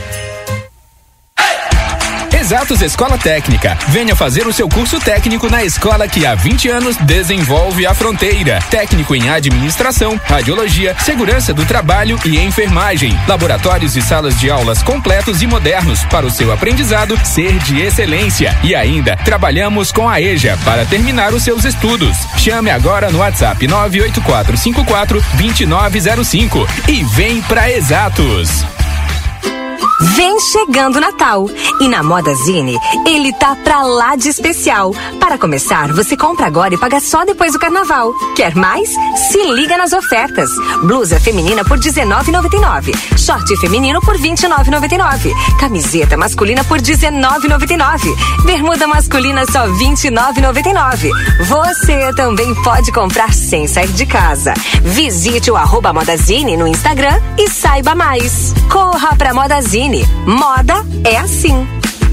Exatos Escola Técnica. Venha fazer o seu curso técnico na escola que há vinte anos desenvolve a fronteira. Técnico em administração, radiologia, segurança do trabalho e enfermagem. Laboratórios e salas de aulas completos e modernos para o seu aprendizado ser de excelência. E ainda trabalhamos com a EJA para terminar os seus estudos. Chame agora no WhatsApp nove oito quatro cinco quatro, dois nove zero cinco e vem pra Exatos. Vem chegando o Natal e na Modazine ele tá pra lá de especial. Para começar, você compra agora e paga só depois do Carnaval. Quer mais? Se liga nas ofertas. Blusa feminina por dezenove reais e noventa e nove centavos. Short feminino por vinte e nove reais e noventa e nove centavos. Camiseta masculina por dezenove reais e noventa e nove centavos. Bermuda masculina só vinte e nove reais e noventa e nove centavos. Você também pode comprar sem sair de casa. Visite o arroba Modazine no Instagram e saiba mais. Corra pra Modazine. Design. Moda é assim.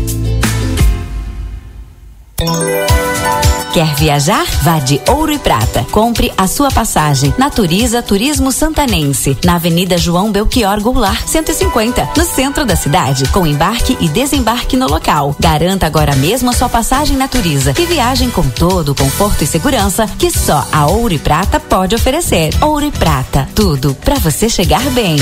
Quer viajar? Vá de Ouro e Prata. Compre a sua passagem. Naturiza Turismo Santanense, na Avenida João Belchior Goulart, cento e cinquenta, no centro da cidade, com embarque e desembarque no local. Garanta agora mesmo a sua passagem Naturiza e viagem com todo o conforto e segurança que só a Ouro e Prata pode oferecer. Ouro e Prata, tudo para você chegar bem.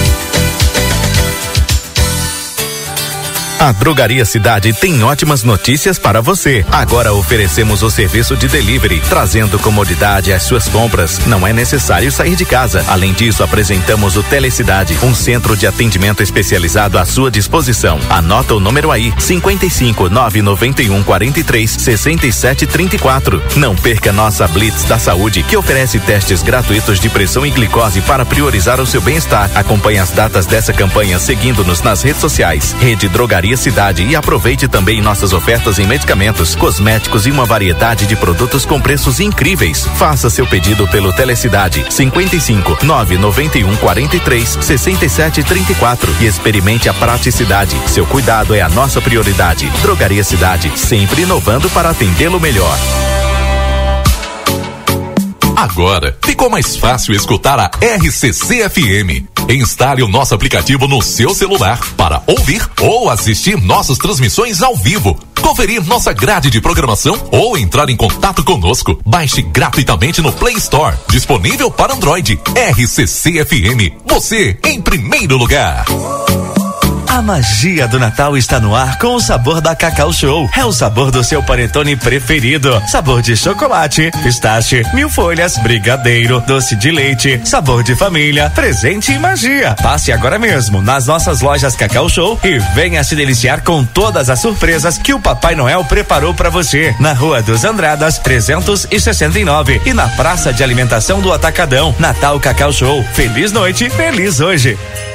A Drogaria Cidade tem ótimas notícias para você. Agora oferecemos o serviço de delivery, trazendo comodidade às suas compras. Não é necessário sair de casa. Além disso, apresentamos o Telecidade, um centro de atendimento especializado à sua disposição. Anota o número aí, cinquenta e cinco, nove noventa e um, quarenta e três, sessenta e sete, trinta e quatro. Não perca nossa Blitz da Saúde, que oferece testes gratuitos de pressão e glicose para priorizar o seu bem-estar. Acompanhe as datas dessa campanha seguindo-nos nas redes sociais. Rede Drogaria Cidade e aproveite também nossas ofertas em medicamentos, cosméticos e uma variedade de produtos com preços incríveis. Faça seu pedido pelo Telecidade cinquenta e cinco, nove noventa e um, quarenta e três, sessenta e sete, trinta e quatro e experimente a praticidade. Seu cuidado é a nossa prioridade. Drogaria Cidade, sempre inovando para atendê-lo melhor. Agora ficou mais fácil escutar a R C C F M. Instale o nosso aplicativo no seu celular para ouvir ou assistir nossas transmissões ao vivo, conferir nossa grade de programação ou entrar em contato conosco. Baixe gratuitamente no Play Store. Disponível para Android. R C C F M. Você em primeiro lugar. A magia do Natal está no ar com o sabor da Cacau Show. É o sabor do seu panetone preferido. Sabor de chocolate, pistache, mil folhas, brigadeiro, doce de leite, sabor de família, presente e magia. Passe agora mesmo nas nossas lojas Cacau Show e venha se deliciar com todas as surpresas que o Papai Noel preparou para você. Na Rua dos Andradas, trezentos e sessenta e nove e na Praça de Alimentação do Atacadão. Natal Cacau Show. Feliz noite, feliz hoje.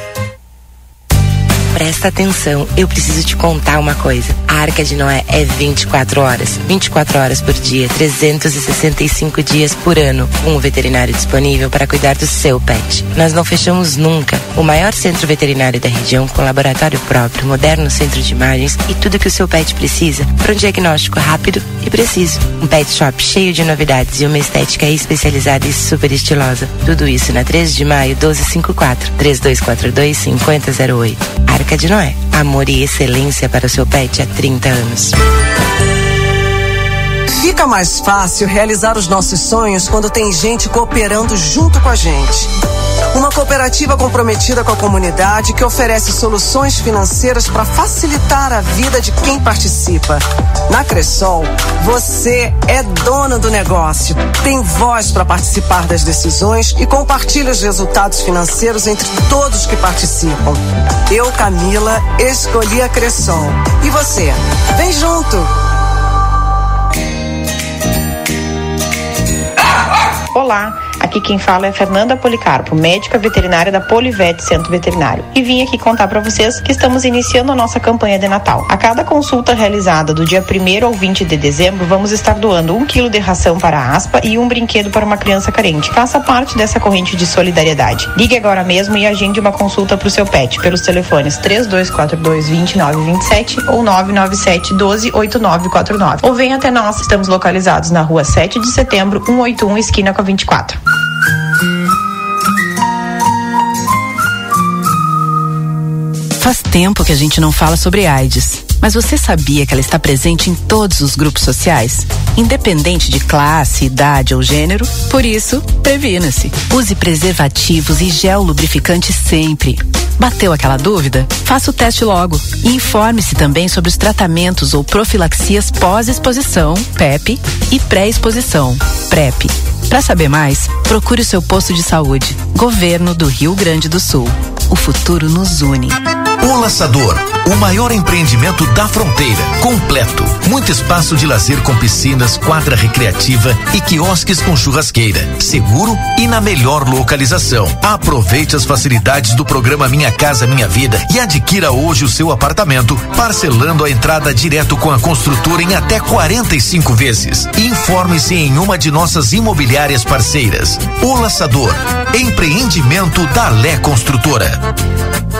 Presta atenção, eu preciso te contar uma coisa. A Arca de Noé é vinte e quatro horas, vinte e quatro horas por dia, trezentos e sessenta e cinco dias por ano, com um veterinário disponível para cuidar do seu pet. Nós não fechamos nunca. O maior centro veterinário da região, com laboratório próprio, moderno centro de imagens e tudo que o seu pet precisa para um diagnóstico rápido e preciso. Um pet shop cheio de novidades e uma estética especializada e super estilosa. Tudo isso na três de maio, doze cinquenta e quatro, três dois quatro dois, cinco zero zero oito. Arca de Noé, amor e excelência para o seu pet há trinta anos. Fica mais fácil realizar os nossos sonhos quando tem gente cooperando junto com a gente. Uma cooperativa comprometida com a comunidade que oferece soluções financeiras para facilitar a vida de quem participa. Na Cressol, você é dono do negócio, tem voz para participar das decisões e compartilha os resultados financeiros entre todos que participam. Eu, Camila, escolhi a Cressol. E você? Vem junto! Olá, aqui quem fala é Fernanda Policarpo, médica veterinária da Polivet Centro Veterinário. E vim aqui contar para vocês que estamos iniciando a nossa campanha de Natal. A cada consulta realizada do dia primeiro ao vinte de dezembro, vamos estar doando um quilo de ração para a aspa e um brinquedo para uma criança carente. Faça parte dessa corrente de solidariedade. Ligue agora mesmo e agende uma consulta para o seu pet pelos telefones três dois quatro dois, dois nove dois sete ou nove nove sete, um dois, oito nove quatro nove. Ou venha até nós, estamos localizados na rua sete de setembro, cento e oitenta e um, esquina com a vinte e quatro. Faz tempo que a gente não fala sobre AIDS, mas você sabia que ela está presente em todos os grupos sociais, independente de classe, idade ou gênero? Por isso, previna-se. Use preservativos e gel lubrificante sempre. Bateu aquela dúvida? Faça o teste logo. E informe-se também sobre os tratamentos ou profilaxias pós-exposição, PrEP, e pré-exposição, PrEP. Para saber mais, procure o seu posto de saúde. Governo do Rio Grande do Sul. O futuro nos une. O Laçador, o maior empreendimento da fronteira, completo, muito espaço de lazer com piscinas, quadra recreativa e quiosques com churrasqueira, seguro e na melhor localização. Aproveite as facilidades do programa Minha Casa Minha Vida e adquira hoje o seu apartamento, parcelando a entrada direto com a construtora em até quarenta e cinco vezes. Informe-se em uma de nossas imobiliárias parceiras. O Laçador, empreendimento da Lé Construtora.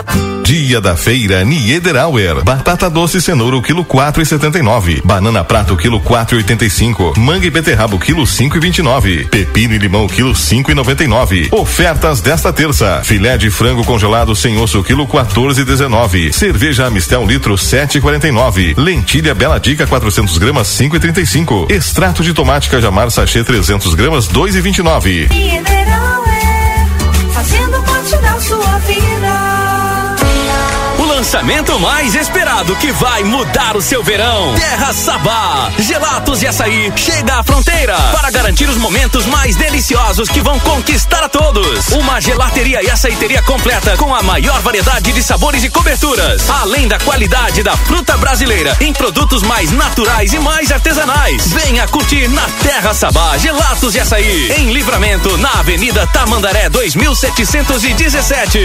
Dia da feira Niederauer. Batata doce cenoura o quilo quatro e setenta e nove. Banana prata o quilo quatro e oitenta e cinco. Manga e beterraba o quilo cinco e vinte e nove. Pepino e limão o quilo cinco e noventa e nove. Ofertas desta terça: filé de frango congelado sem osso o quilo quatorze e dezenove. Cerveja Amistel um litro sete e quarenta e nove. Lentilha Bela Dica quatrocentos gramas cinco e trinta e cinco. Extrato de tomate Cajamar sachê trezentos gramas dois e vinte e nove. Niederauer, fazendo parte da sua vida. Lançamento mais esperado que vai mudar o seu verão. Terra Sabá, gelatos e açaí chega à fronteira para garantir os momentos mais deliciosos que vão conquistar a todos. Uma gelateria e açaiteria completa com a maior variedade de sabores e coberturas, além da qualidade da fruta brasileira em produtos mais naturais e mais artesanais. Venha curtir na Terra Sabá, gelatos e açaí em Livramento, na Avenida Tamandaré dois mil setecentos e dezessete.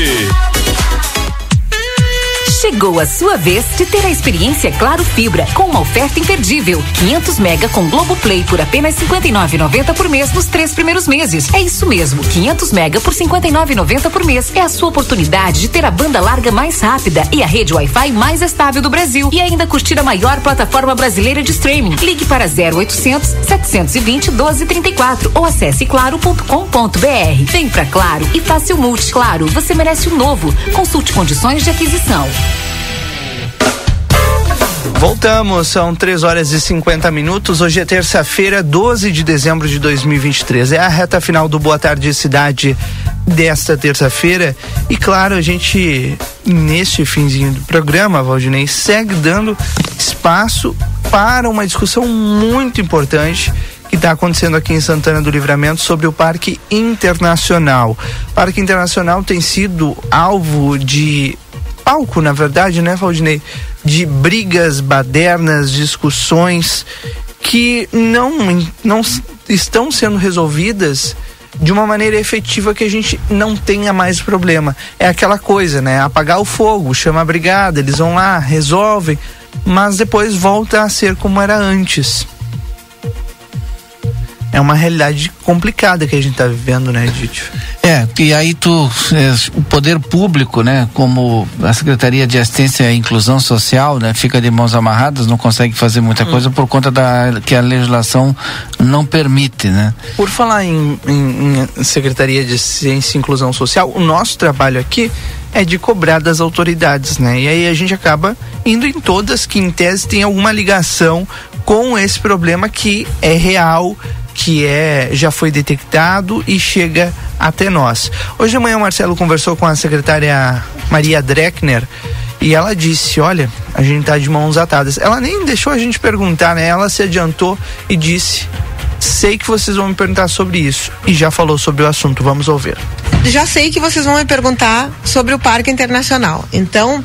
Chegou a sua vez de ter a experiência Claro Fibra com uma oferta imperdível. quinhentos mega com Globoplay por apenas cinquenta e nove reais e noventa centavos por mês nos três primeiros meses. É isso mesmo, quinhentos mega por cinquenta e nove reais e noventa centavos por mês. É a sua oportunidade de ter a banda larga mais rápida e a rede Wi-Fi mais estável do Brasil. E ainda curtir a maior plataforma brasileira de streaming. Ligue para zero oitocentos, setecentos e vinte, doze trinta e quatro ou acesse claro ponto com ponto br. Vem pra Claro e faça o multi. Claro, você merece o novo. Consulte condições de aquisição. Voltamos, são três horas e cinquenta minutos. Hoje é terça-feira, doze de dezembro de dois mil e vinte e três. É a reta final do Boa Tarde Cidade desta terça-feira. E claro, a gente, neste finzinho do programa, Valdinei, segue dando espaço para uma discussão muito importante que está acontecendo aqui em Santana do Livramento sobre o Parque Internacional. O Parque Internacional tem sido alvo de palco, na verdade, né, Valdinei? De brigas, badernas, discussões que não, não estão sendo resolvidas de uma maneira efetiva que a gente não tenha mais problema. É aquela coisa, né? Apagar o fogo, chama a brigada, eles vão lá, resolvem, mas depois volta a ser como era antes. É uma realidade complicada que a gente está vivendo, né, Dítio? É, e aí tu, é, o poder público, né, como a Secretaria de Assistência e Inclusão Social, né, fica de mãos amarradas, não consegue fazer muita hum. coisa por conta da que a legislação não permite, né? Por falar em, em, em Secretaria de Assistência e Inclusão Social, o nosso trabalho aqui é de cobrar das autoridades, né? E aí a gente acaba indo em todas que em tese tem alguma ligação com esse problema que é real, que é, já foi detectado e chega até nós. Hoje de manhã o Marcelo conversou com a secretária Maria Dreckner e ela disse, olha, a gente tá de mãos atadas. Ela nem deixou a gente perguntar, né? Ela se adiantou e disse, sei que vocês vão me perguntar sobre isso, e já falou sobre o assunto, vamos ouvir. Já sei que vocês vão me perguntar sobre o Parque Internacional. Então,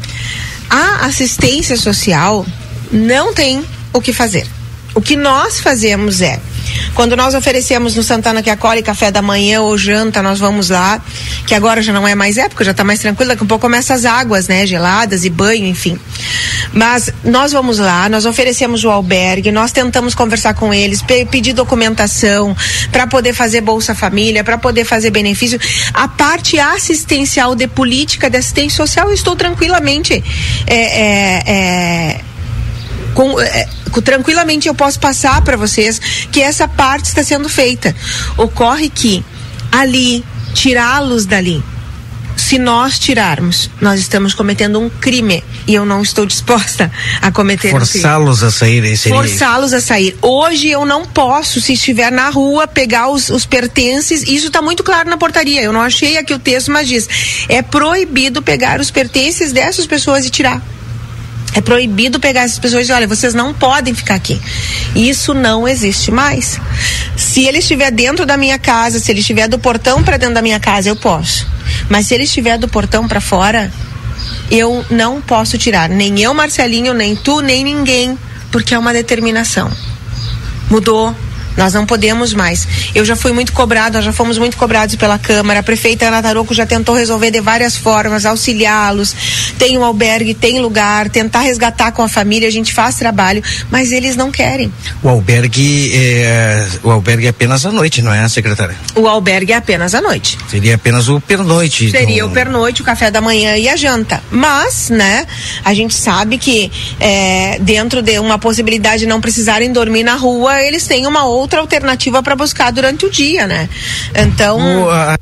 a assistência social não tem o que fazer. O que nós fazemos é, quando nós oferecemos no Santana que acolhe café da manhã ou janta, nós vamos lá, que agora já não é mais época, já está mais tranquilo, daqui a pouco começa as águas, né, geladas e banho, enfim. Mas nós vamos lá, nós oferecemos o albergue, nós tentamos conversar com eles, pe- pedir documentação para poder fazer Bolsa Família, para poder fazer benefício. A parte assistencial de política de assistência social, eu estou tranquilamente é, é, é, com, é, tranquilamente eu posso passar para vocês que essa parte está sendo feita. Ocorre que ali, tirá-los dali, se nós tirarmos, nós estamos cometendo um crime e eu não estou disposta a cometer um crime. Forçá-los a sair. Forçá-los a sair. Hoje eu não posso, se estiver na rua, pegar os, os pertences, isso está muito claro na portaria, eu não achei aqui o texto, mas diz, é proibido pegar os pertences dessas pessoas e tirar. É proibido pegar essas pessoas e dizer, olha, vocês não podem ficar aqui. Isso não existe mais. Se ele estiver dentro da minha casa, se ele estiver do portão para dentro da minha casa, eu posso. Mas se ele estiver do portão para fora, eu não posso tirar. Nem eu, Marcelinho, nem tu, nem ninguém. Porque é uma determinação. Mudou. Nós não podemos mais. Eu já fui muito cobrado, nós já fomos muito cobrados pela Câmara. A prefeita Ana Tarouco já tentou resolver de várias formas, auxiliá-los. Tem um albergue, tem lugar, tentar resgatar com a família, a gente faz trabalho, mas eles não querem. O albergue é, o albergue é apenas à noite, não é, secretária? O albergue é apenas à noite. Seria apenas o pernoite. Seria então... o pernoite, o café da manhã e a janta. Mas, né, a gente sabe que é, dentro de uma possibilidade de não precisarem dormir na rua, eles têm uma outra outra alternativa para buscar durante o dia, né? Então... O, a...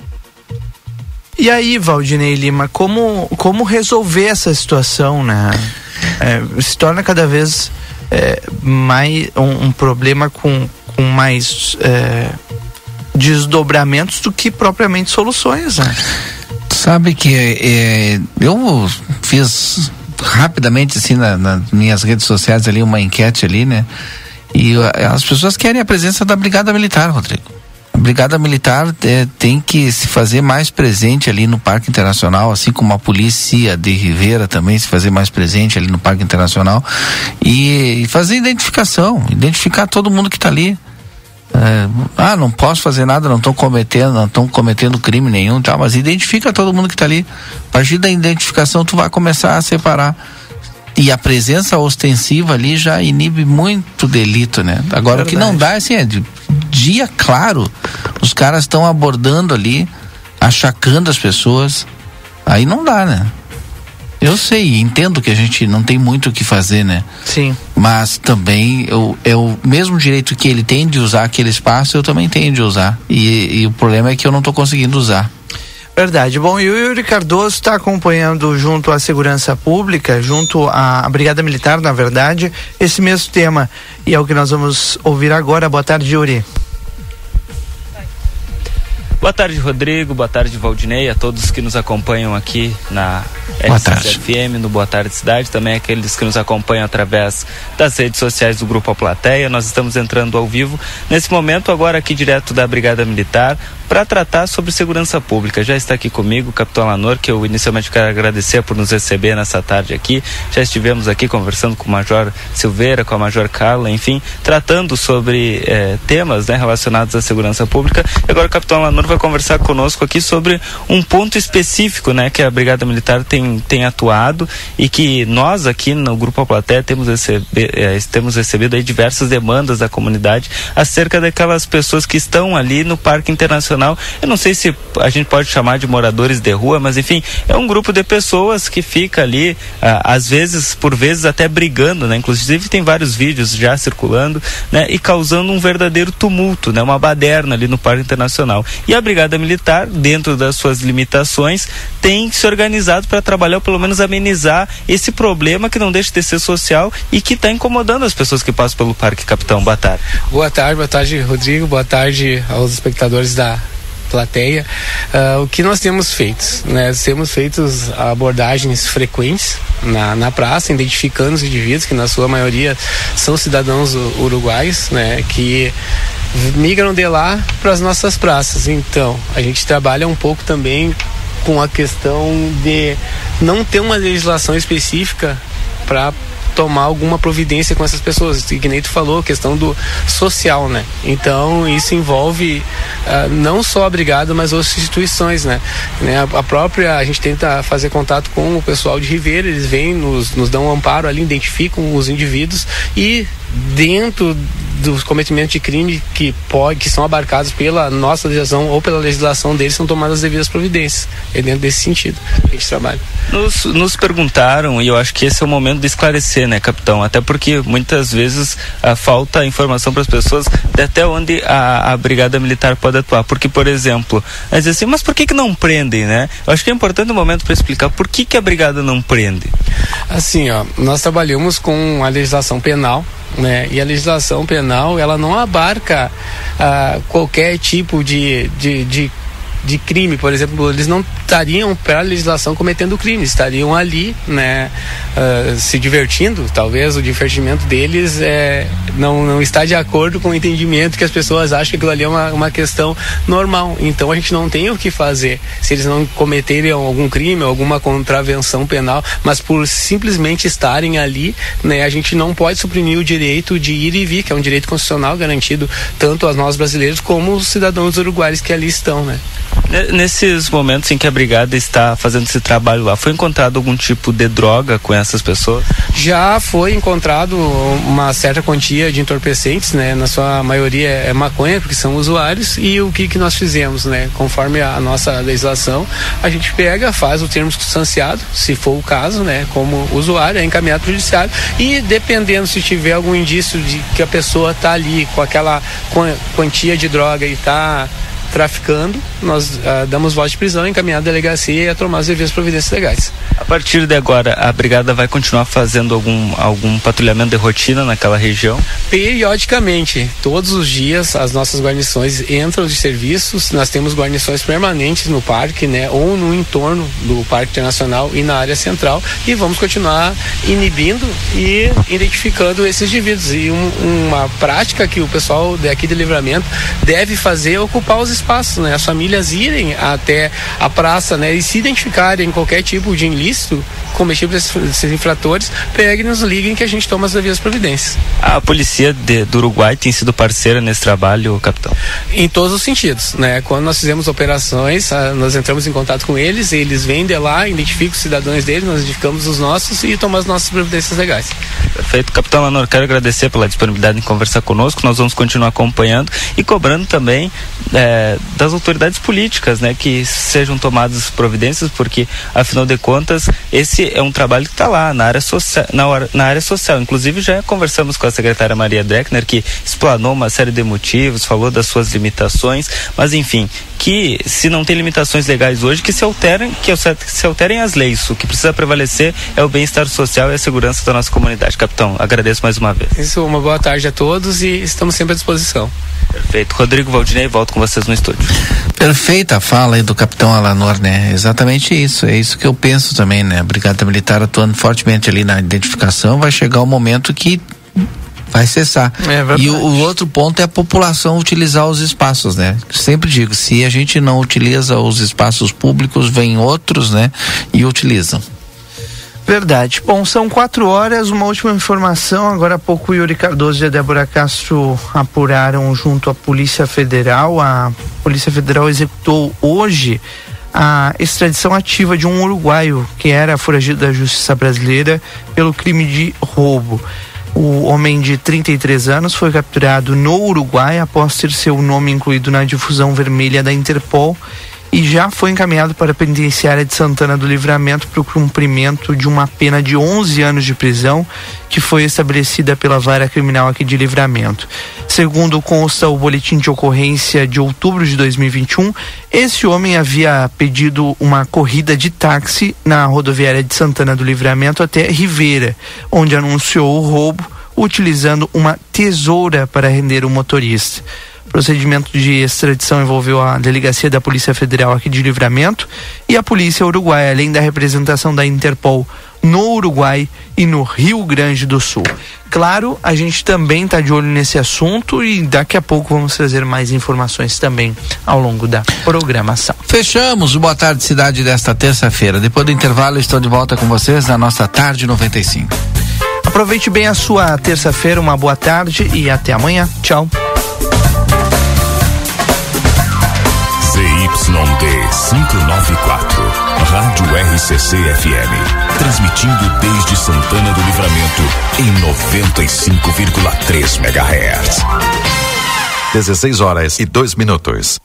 E aí, Valdinei Lima, como, como resolver essa situação, né? É, se torna cada vez é, mais um, um problema com, com mais é, desdobramentos do que propriamente soluções, né? Sabe que é, eu fiz rapidamente assim na, nas minhas redes sociais ali uma enquete ali, né? E as pessoas querem a presença da Brigada Militar, Rodrigo. A Brigada Militar é, tem que se fazer mais presente ali no Parque Internacional, assim como a Polícia de Rivera também se fazer mais presente ali no Parque Internacional e, e fazer identificação, identificar todo mundo que está ali. É, ah, não posso fazer nada, não estão cometendo, não estão cometendo crime nenhum, tá? Mas identifica todo mundo que está ali. A partir da identificação tu vai começar a separar. E a presença ostensiva ali já inibe muito delito, né? Agora, verdade. O que não dá, assim, é de dia claro, os caras estão abordando ali, achacando as pessoas, aí não dá, né? Eu sei, entendo que a gente não tem muito o que fazer, né? Sim. Mas também, eu, é o mesmo direito que ele tem de usar aquele espaço, eu também tenho de usar. E, e o problema é que eu não estou conseguindo usar. Verdade. Bom, e o Yuri Cardoso está acompanhando junto à Segurança Pública, junto à Brigada Militar, na verdade, esse mesmo tema. E é o que nós vamos ouvir agora. Boa tarde, Yuri. Boa tarde, Rodrigo. Boa tarde, Valdinei, a todos que nos acompanham aqui na R C C F M, no Boa Tarde Cidade, também aqueles que nos acompanham através das redes sociais do Grupo A Plateia. Nós estamos entrando ao vivo nesse momento, agora aqui direto da Brigada Militar, para tratar sobre segurança pública. Já está aqui comigo o Capitão Lanor, que eu inicialmente quero agradecer por nos receber nessa tarde aqui. Já estivemos aqui conversando com o Major Silveira, com a Major Carla, enfim, tratando sobre eh, temas, né, relacionados à segurança pública. E agora o Capitão Lanor vai conversar conosco aqui sobre um ponto específico, né, que a Brigada Militar tem, tem atuado e que nós aqui no Grupo A Plateia temos, recebe, eh, temos recebido aí diversas demandas da comunidade acerca daquelas pessoas que estão ali no Parque Internacional. Eu não sei se a gente pode chamar de moradores de rua, mas enfim, é um grupo de pessoas que fica ali, ah, às vezes, por vezes até brigando, né? Inclusive tem vários vídeos já circulando, né? E causando um verdadeiro tumulto, né? Uma baderna ali no Parque Internacional. E a Brigada Militar, dentro das suas limitações, tem se organizado para trabalhar, ou pelo menos amenizar esse problema que não deixa de ser social e que está incomodando as pessoas que passam pelo Parque. Capitão, boa tarde. Boa tarde, boa tarde, Rodrigo, boa tarde aos espectadores da plateia. Uh, o que nós temos feito, né? Temos feito abordagens frequentes na, na praça, identificando os indivíduos que na sua maioria são cidadãos uruguaios, né? Que migram de lá para as nossas praças. Então, a gente trabalha um pouco também com a questão de não ter uma legislação específica para tomar alguma providência com essas pessoas, e que nem tu falou, questão do social, né? Então isso envolve uh, não só a brigada, mas outras instituições, né? né? A, a própria, a gente tenta fazer contato com o pessoal de Rivera, eles vêm, nos, nos dão um amparo ali, identificam os indivíduos e dentro dos cometimentos de crime que, pode, que são abarcados pela nossa legislação ou pela legislação deles, são tomadas as devidas providências. É dentro desse sentido que a gente trabalha. Nos, nos perguntaram, e eu acho que esse é o momento de esclarecer, né, capitão? Até porque muitas vezes a, falta informação para as pessoas de até onde a, a Brigada Militar pode atuar. Porque, por exemplo, às vezes assim, mas por que que não prendem, né? Eu acho que é importante um momento para explicar por que que a Brigada não prende. Assim, ó, nós trabalhamos com a legislação penal, né? E a legislação penal, ela não abarca ah, qualquer tipo de, de, de de crime, por exemplo, eles não estariam pela legislação cometendo crime, estariam ali, né, uh, se divertindo. Talvez o divertimento deles é, não, não está de acordo com o entendimento que as pessoas acham que aquilo ali é uma, uma questão normal. Então a gente não tem o que fazer se eles não cometerem algum crime, alguma contravenção penal, mas por simplesmente estarem ali, né, a gente não pode suprimir o direito de ir e vir, que é um direito constitucional garantido tanto a nós brasileiros como os cidadãos uruguaios que ali estão, né? Nesses momentos em que a brigada está fazendo esse trabalho lá, foi encontrado algum tipo de droga com essas pessoas? Já foi encontrado uma certa quantia de entorpecentes, né? Na sua maioria é maconha, porque são usuários. E o que que nós fizemos, né? Conforme a nossa legislação, a gente pega, faz o termo substanciado, se for o caso, né? Como usuário, é encaminhado para o judiciário, e dependendo se tiver algum indício de que a pessoa está ali com aquela quantia de droga e está traficando, nós uh, damos voz de prisão, encaminhar a delegacia e a tomar as devidas providências legais. A partir de agora, a brigada vai continuar fazendo algum, algum patrulhamento de rotina naquela região? Periodicamente, todos os dias as nossas guarnições entram de serviços, nós temos guarnições permanentes no parque, né, ou no entorno do Parque Internacional e na área central, e vamos continuar inibindo e identificando esses indivíduos. E um, uma prática que o pessoal daqui de Livramento deve fazer é ocupar os espaços, né? As famílias irem até a praça, né? E se identificarem qualquer tipo de ilícito cometido por esses infratores, peguem e nos liguem que a gente toma as devidas providências. A polícia de, do Uruguai tem sido parceira nesse trabalho, capitão? Em todos os sentidos, né? Quando nós fizemos operações, nós entramos em contato com eles, eles vêm de lá, identificam os cidadãos deles, nós identificamos os nossos e tomamos as nossas providências legais. Perfeito. Capitão Lanor, quero agradecer pela disponibilidade em conversar conosco. Nós vamos continuar acompanhando e cobrando também é, das autoridades políticas, né, que sejam tomadas providências, porque afinal de contas esse é um trabalho que está lá na área social, na, hora, na área social. Inclusive já conversamos com a secretária Maria Dreckner, que explanou uma série de motivos, falou das suas limitações, mas enfim, que se não tem limitações legais hoje, que se alterem, que se alterem as leis. O que precisa prevalecer é o bem-estar social e a segurança da nossa comunidade. Capitão, agradeço mais uma vez. Isso, uma boa tarde a todos e estamos sempre à disposição. Perfeito. Rodrigo Valdinei, volto com vocês no estúdio. Perfeita a fala aí do capitão Alanor, né? Exatamente isso, é isso que eu penso também, né? A Brigada Militar atuando fortemente ali na identificação, vai chegar o momento que vai cessar. É e o, o outro ponto é a população utilizar os espaços, né? Sempre digo, se a gente não utiliza os espaços públicos, vem outros, né? E utilizam. Verdade. Bom, são quatro horas, uma última informação. Agora há pouco o Yuri Cardoso e a Débora Castro apuraram junto à Polícia Federal. A Polícia Federal executou hoje a extradição ativa de um uruguaio que era foragido da Justiça Brasileira pelo crime de roubo. O homem de trinta e três anos foi capturado no Uruguai após ter seu nome incluído na difusão vermelha da Interpol e já foi encaminhado para a penitenciária de Santana do Livramento para o cumprimento de uma pena de onze anos de prisão que foi estabelecida pela Vara Criminal aqui de Livramento. Segundo consta o boletim de ocorrência de outubro de dois mil e vinte e um, esse homem havia pedido uma corrida de táxi na rodoviária de Santana do Livramento até Rivera, onde anunciou o roubo utilizando uma tesoura para render o motorista. O procedimento de extradição envolveu a delegacia da Polícia Federal aqui de Livramento e a Polícia Uruguaia, além da representação da Interpol no Uruguai e no Rio Grande do Sul. Claro, a gente também está de olho nesse assunto e daqui a pouco vamos trazer mais informações também ao longo da programação. Fechamos o Boa Tarde Cidade desta terça-feira. Depois do intervalo, estou de volta com vocês na nossa Tarde noventa e cinco. Aproveite bem a sua terça-feira, uma boa tarde e até amanhã. Tchau. Z Y D quinhentos e noventa e quatro, Rádio R C C F M, transmitindo desde Santana do Livramento em noventa e cinco vírgula três megahertz. dezesseis horas e dois minutos.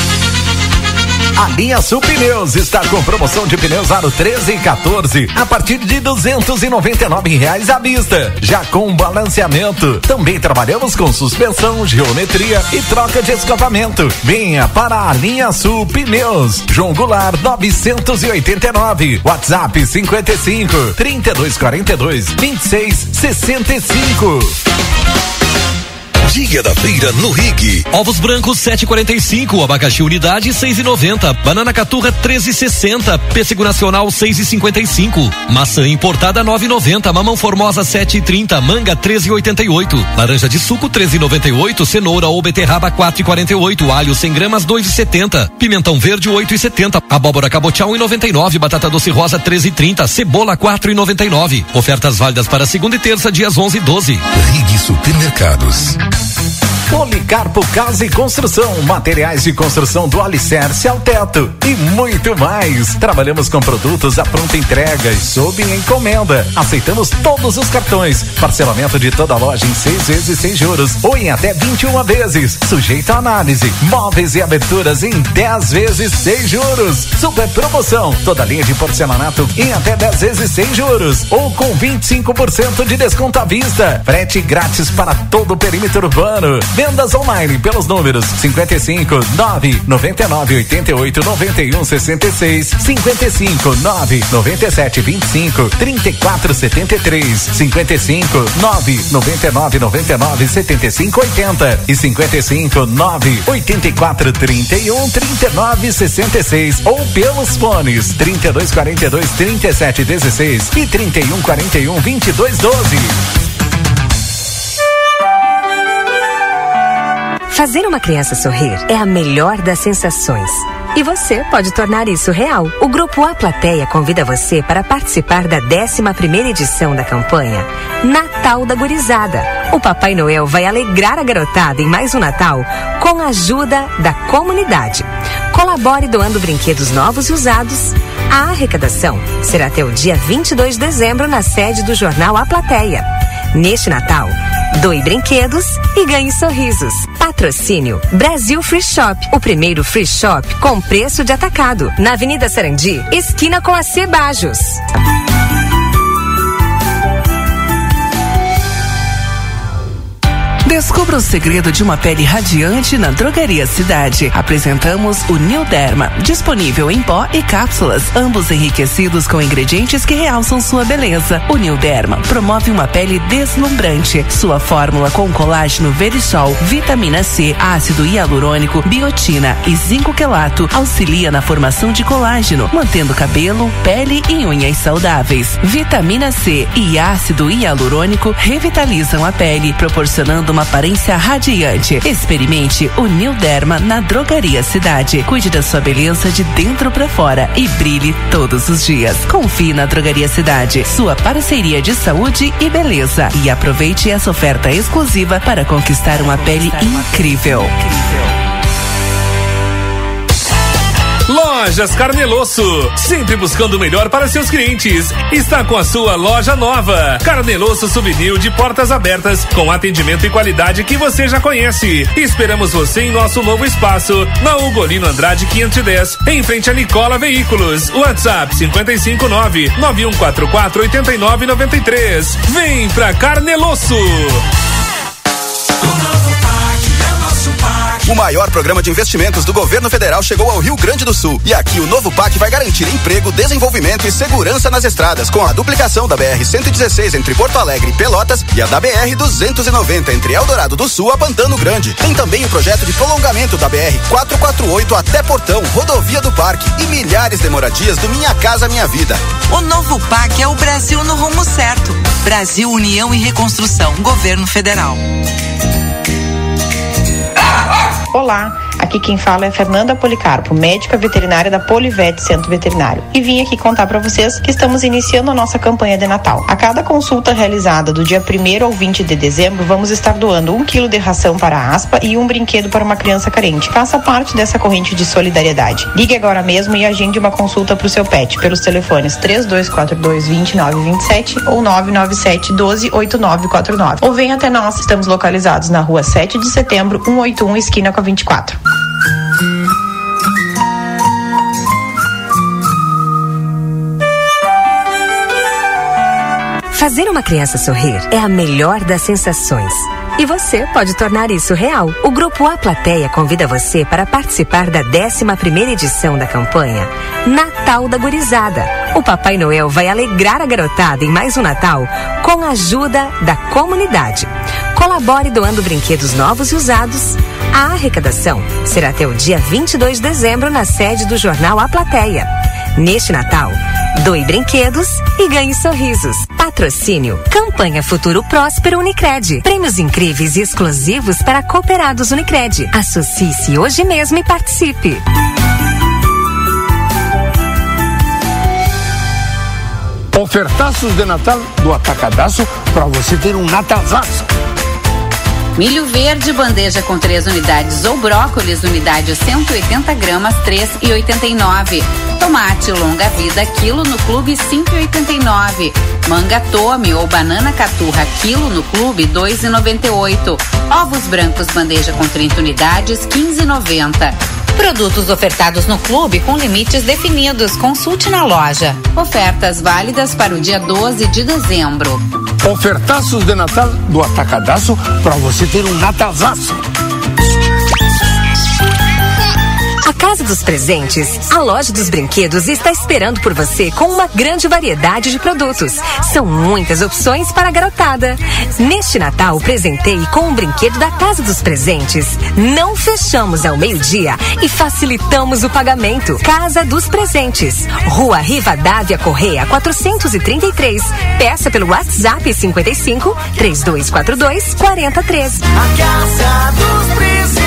A linha Sul Pneus está com promoção de pneus aro treze e quatorze a partir de duzentos e noventa e nove reais à vista, já com balanceamento. Também trabalhamos com suspensão, geometria e troca de escapamento. Venha para a linha Sul Pneus, João Goulart novecentos e oitenta e nove, WhatsApp cinquenta e cinco, trinta e dois quarenta e dois, vinte e seis sessenta e cinco. Dia da feira no Rig. Ovos brancos sete e quarenta e cinco, abacaxi unidade seis e noventa, banana caturra treze e sessenta, pêssego nacional seis e cinquenta e cinco, maçã importada nove e noventa, mamão formosa sete e trinta, manga treze e oitenta e oito, laranja de suco treze e noventa e oito, cenoura ou beterraba quatro e quarenta e oito, alho cem gramas dois e setenta, pimentão verde oito e setenta, abóbora cabotiá um e noventa e nove, batata doce rosa treze e trinta, cebola quatro e noventa e nove. Ofertas válidas para segunda e terça, dias onze e doze. Rig Supermercados. Policarpo Casa e Construção, materiais de construção do alicerce ao teto e muito mais. Trabalhamos com produtos à pronta entrega e sob encomenda. Aceitamos todos os cartões. Parcelamento de toda a loja em seis vezes sem juros ou em até vinte e uma vezes. Sujeito a análise. Móveis e aberturas em dez vezes sem juros. Super promoção. Toda linha de porcelanato em até dez vezes sem juros ou com vinte e cinco por cento de desconto à vista. Frete grátis para todo o perímetro urbano. Vendas online pelos números cinquenta e cinco, nove, noventa e nove, oitenta e oito, noventa e um, sessenta e seis, cinquenta e cinco, nove, noventa e sete, vinte e cinco, trinta e quatro, setenta e três, cinquenta e cinco, nove, noventa e nove, noventa e nove, setenta e cinco, oitenta e cinquenta e cinco, nove, oitenta e quatro, trinta e um, trinta e nove, sessenta e seis ou pelos fones trinta e dois, quarenta e dois, trinta e sete, dezesseis e trinta e um, quarenta e um, vinte e dois, doze. Fazer uma criança sorrir é a melhor das sensações. E você pode tornar isso real. O Grupo A Plateia convida você para participar da décima primeira edição da campanha Natal da Gurizada. O Papai Noel vai alegrar a garotada em mais um Natal com a ajuda da comunidade. Colabore doando brinquedos novos e usados. A arrecadação será até o dia vinte e dois de dezembro na sede do jornal A Plateia. Neste Natal, doe brinquedos e ganhe sorrisos. Patrocínio Brasil Free Shop, o primeiro free shop com preço de atacado, na Avenida Sarandi, esquina com a C Bajos. Descubra o segredo de uma pele radiante na Drogaria Cidade. Apresentamos o New Derma, disponível em pó e cápsulas, ambos enriquecidos com ingredientes que realçam sua beleza. O New Derma promove uma pele deslumbrante. Sua fórmula com colágeno verisol, vitamina C, ácido hialurônico, biotina e zinco quelato auxilia na formação de colágeno, mantendo cabelo, pele e unhas saudáveis. Vitamina C e ácido hialurônico revitalizam a pele, proporcionando uma aparência radiante. Experimente o New Derma na Drogaria Cidade. Cuide da sua beleza de dentro pra fora e brilhe todos os dias. Confie na Drogaria Cidade, sua parceria de saúde e beleza. E aproveite essa oferta exclusiva para conquistar uma pele incrível. Lojas Carnelosso, sempre buscando o melhor para seus clientes. Está com a sua loja nova. Carnelosso Souvenir de portas abertas, com atendimento e qualidade que você já conhece. Esperamos você em nosso novo espaço, na Ugolino Andrade quinhentos e dez, em frente a Nicola Veículos. WhatsApp cinquenta e cinco, nove, nove um quatro quatro, oito nove nove três. Vem pra Carnelosso. O maior programa de investimentos do governo federal chegou ao Rio Grande do Sul. E aqui o novo P A C vai garantir emprego, desenvolvimento e segurança nas estradas, com a duplicação da B R cento e dezesseis entre Porto Alegre e Pelotas e a da B R duzentos e noventa entre Eldorado do Sul a Pantano Grande. Tem também o projeto de prolongamento da B R quatrocentos e quarenta e oito até Portão, rodovia do Parque e milhares de moradias do Minha Casa Minha Vida. O novo P A C é o Brasil no rumo certo. Brasil, União e Reconstrução, Governo Federal. Olá, aqui quem fala é Fernanda Policarpo, médica veterinária da Polivet Centro Veterinário. E vim aqui contar para vocês que estamos iniciando a nossa campanha de Natal. A cada consulta realizada do dia primeiro ao vinte de dezembro, vamos estar doando um quilo de ração para a aspa e um brinquedo para uma criança carente. Faça parte dessa corrente de solidariedade. Ligue agora mesmo e agende uma consulta para o seu pet pelos telefones três dois quatro dois, dois nove dois sete ou nove nove sete, um dois, oito nove quatro nove. Ou venha até nós, estamos localizados na rua sete de setembro, cento e oitenta e um, esquina com a vinte e quatro. Fazer uma criança sorrir é a melhor das sensações. E você pode tornar isso real. O Grupo A Plateia convida você para participar da décima primeira edição da campanha Natal da Gurizada. O Papai Noel vai alegrar a garotada em mais um Natal com a ajuda da comunidade. Colabore doando brinquedos novos e usados. A arrecadação será até o dia vinte e dois de dezembro na sede do jornal A Plateia. Neste Natal, doe brinquedos e ganhe sorrisos. Patrocínio Campanha Futuro Próspero Unicred. Prêmios incríveis e exclusivos para cooperados Unicred. Associe-se hoje mesmo e participe. Ofertaços de Natal do Atacadaço para você ter um Natalzaço. Milho verde, bandeja com três unidades ou brócolis, unidade cento e oitenta gramas, três e oitenta e nove. Tomate longa vida, quilo no clube, cinco e oitenta e nove. Manga tome ou banana caturra, quilo no clube, dois e noventa e oito. Ovos brancos, bandeja com trinta unidades, quinze e noventa. Produtos ofertados no clube com limites definidos. Consulte na loja. Ofertas válidas para o dia doze de dezembro. Ofertaços de Natal do Atacadaço para você ter um Natalzaço. A Casa dos Presentes, a loja dos brinquedos, está esperando por você com uma grande variedade de produtos. São muitas opções para a garotada. Neste Natal, presenteie com um brinquedo da Casa dos Presentes. Não fechamos ao meio-dia e facilitamos o pagamento. Casa dos Presentes, Rua Rivadavia Correia, quatrocentos e trinta e três. Peça pelo WhatsApp cinquenta e cinco, três dois quatro dois, quarenta e três. A Casa dos Presentes.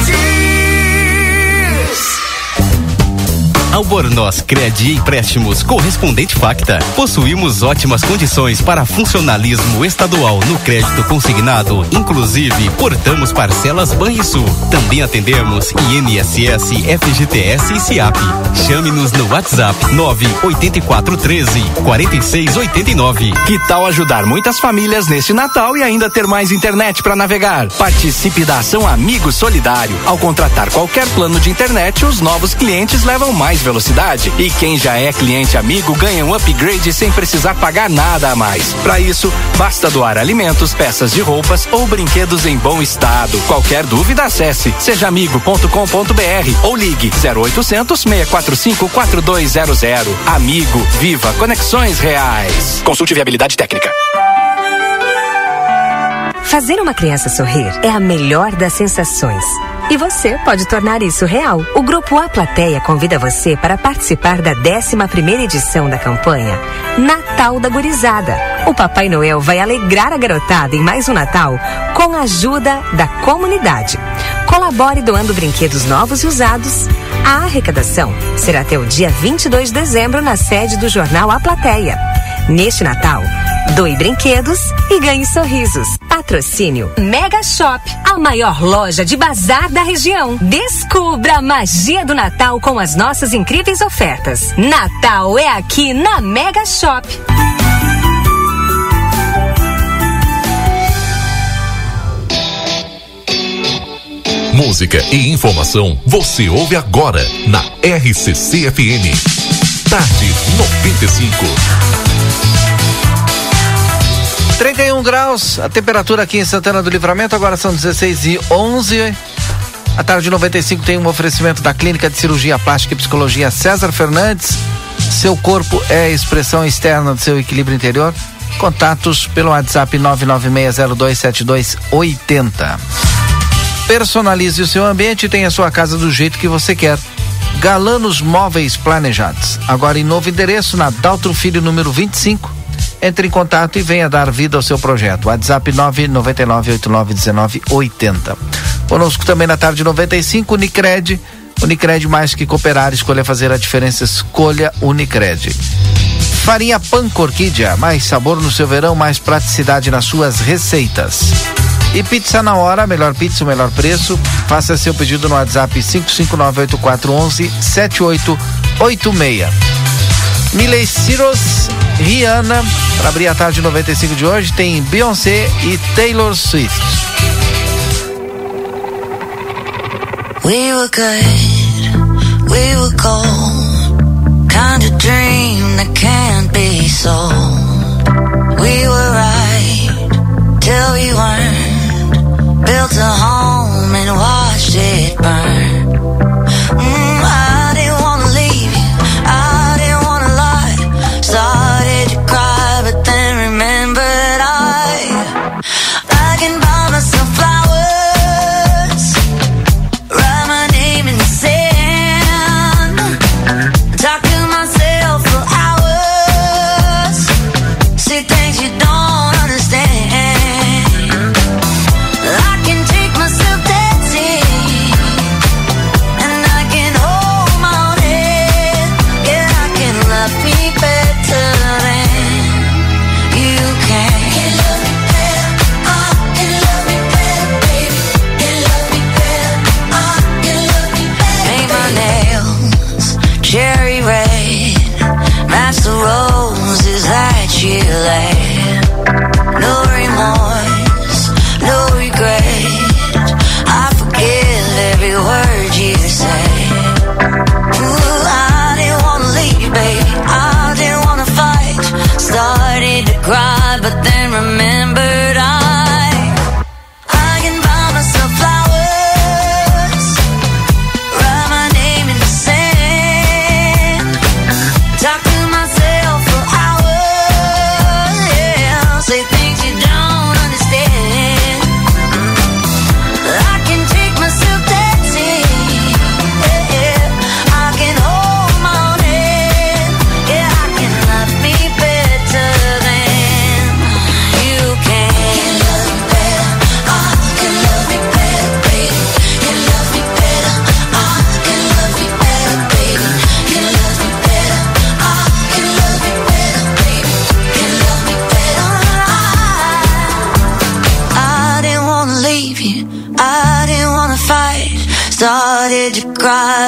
Albornoz Cred Empréstimos Correspondente Facta. Possuímos ótimas condições para funcionalismo estadual no crédito consignado. Inclusive, portamos parcelas Banrisul. Também atendemos I N S S, F G T S e SIAP. Chame-nos no WhatsApp nove oito quatro um três, quatro seis oito nove. Que tal ajudar muitas famílias neste Natal e ainda ter mais internet para navegar? Participe da ação Amigo Solidário. Ao contratar qualquer plano de internet, os novos clientes levam mais velocidade e quem já é cliente Amigo ganha um upgrade sem precisar pagar nada a mais. Para isso, basta doar alimentos, peças de roupas ou brinquedos em bom estado. Qualquer dúvida, acesse seja amigo ponto com ponto b r ou ligue zero oitocentos, seis quatro cinco, quatro dois zero zero. Amigo, viva conexões reais. Consulte viabilidade técnica. Fazer uma criança sorrir é a melhor das sensações. E você pode tornar isso real. O Grupo A Plateia convida você para participar da décima primeira edição da campanha Natal da Gurizada. O Papai Noel vai alegrar a garotada em mais um Natal com a ajuda da comunidade. Colabore doando brinquedos novos e usados. A arrecadação será até o dia vinte e dois de dezembro na sede do jornal A Plateia. Neste Natal, doe brinquedos e ganhe sorrisos. Patrocínio Mega Shop, a maior loja de bazar da região. Descubra a magia do Natal com as nossas incríveis ofertas. Natal é aqui na Mega Shop. Música e informação você ouve agora na R C C F M. Tarde noventa e cinco. trinta e um graus, a temperatura aqui em Santana do Livramento, agora são dezesseis e onze. A Tarde noventa e cinco tem um oferecimento da Clínica de Cirurgia Plástica e Psicologia César Fernandes. Seu corpo é a expressão externa do seu equilíbrio interior. Contatos pelo WhatsApp nove nove seis zero dois sete dois oito zero. Personalize o seu ambiente e tenha a sua casa do jeito que você quer. Galanos Móveis Planejados. Agora em novo endereço, na Daltro Filho, número vinte e cinco. Entre em contato e venha dar vida ao seu projeto. WhatsApp nove nove nove oito nove um nove oito zero. Conosco também na Tarde noventa e cinco, Unicred. Unicred, mais que cooperar, escolha fazer a diferença, escolha Unicred. Farinha Panko Orquídea, mais sabor no seu verão, mais praticidade nas suas receitas. E Pizza na Hora, melhor pizza, o melhor preço. Faça seu pedido no WhatsApp cinco cinco nove oito quatro um um sete oito oito seis. Miley Cyrus, Rihanna, para abrir a Tarde noventa e cinco de hoje, tem Beyoncé e Taylor Swift. We were good, we were gold, kind of dream that can't be sold. We were right till we weren't.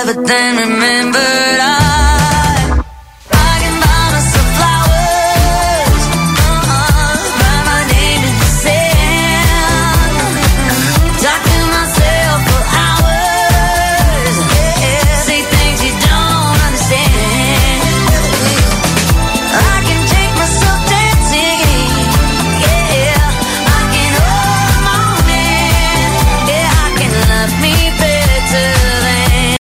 but then remember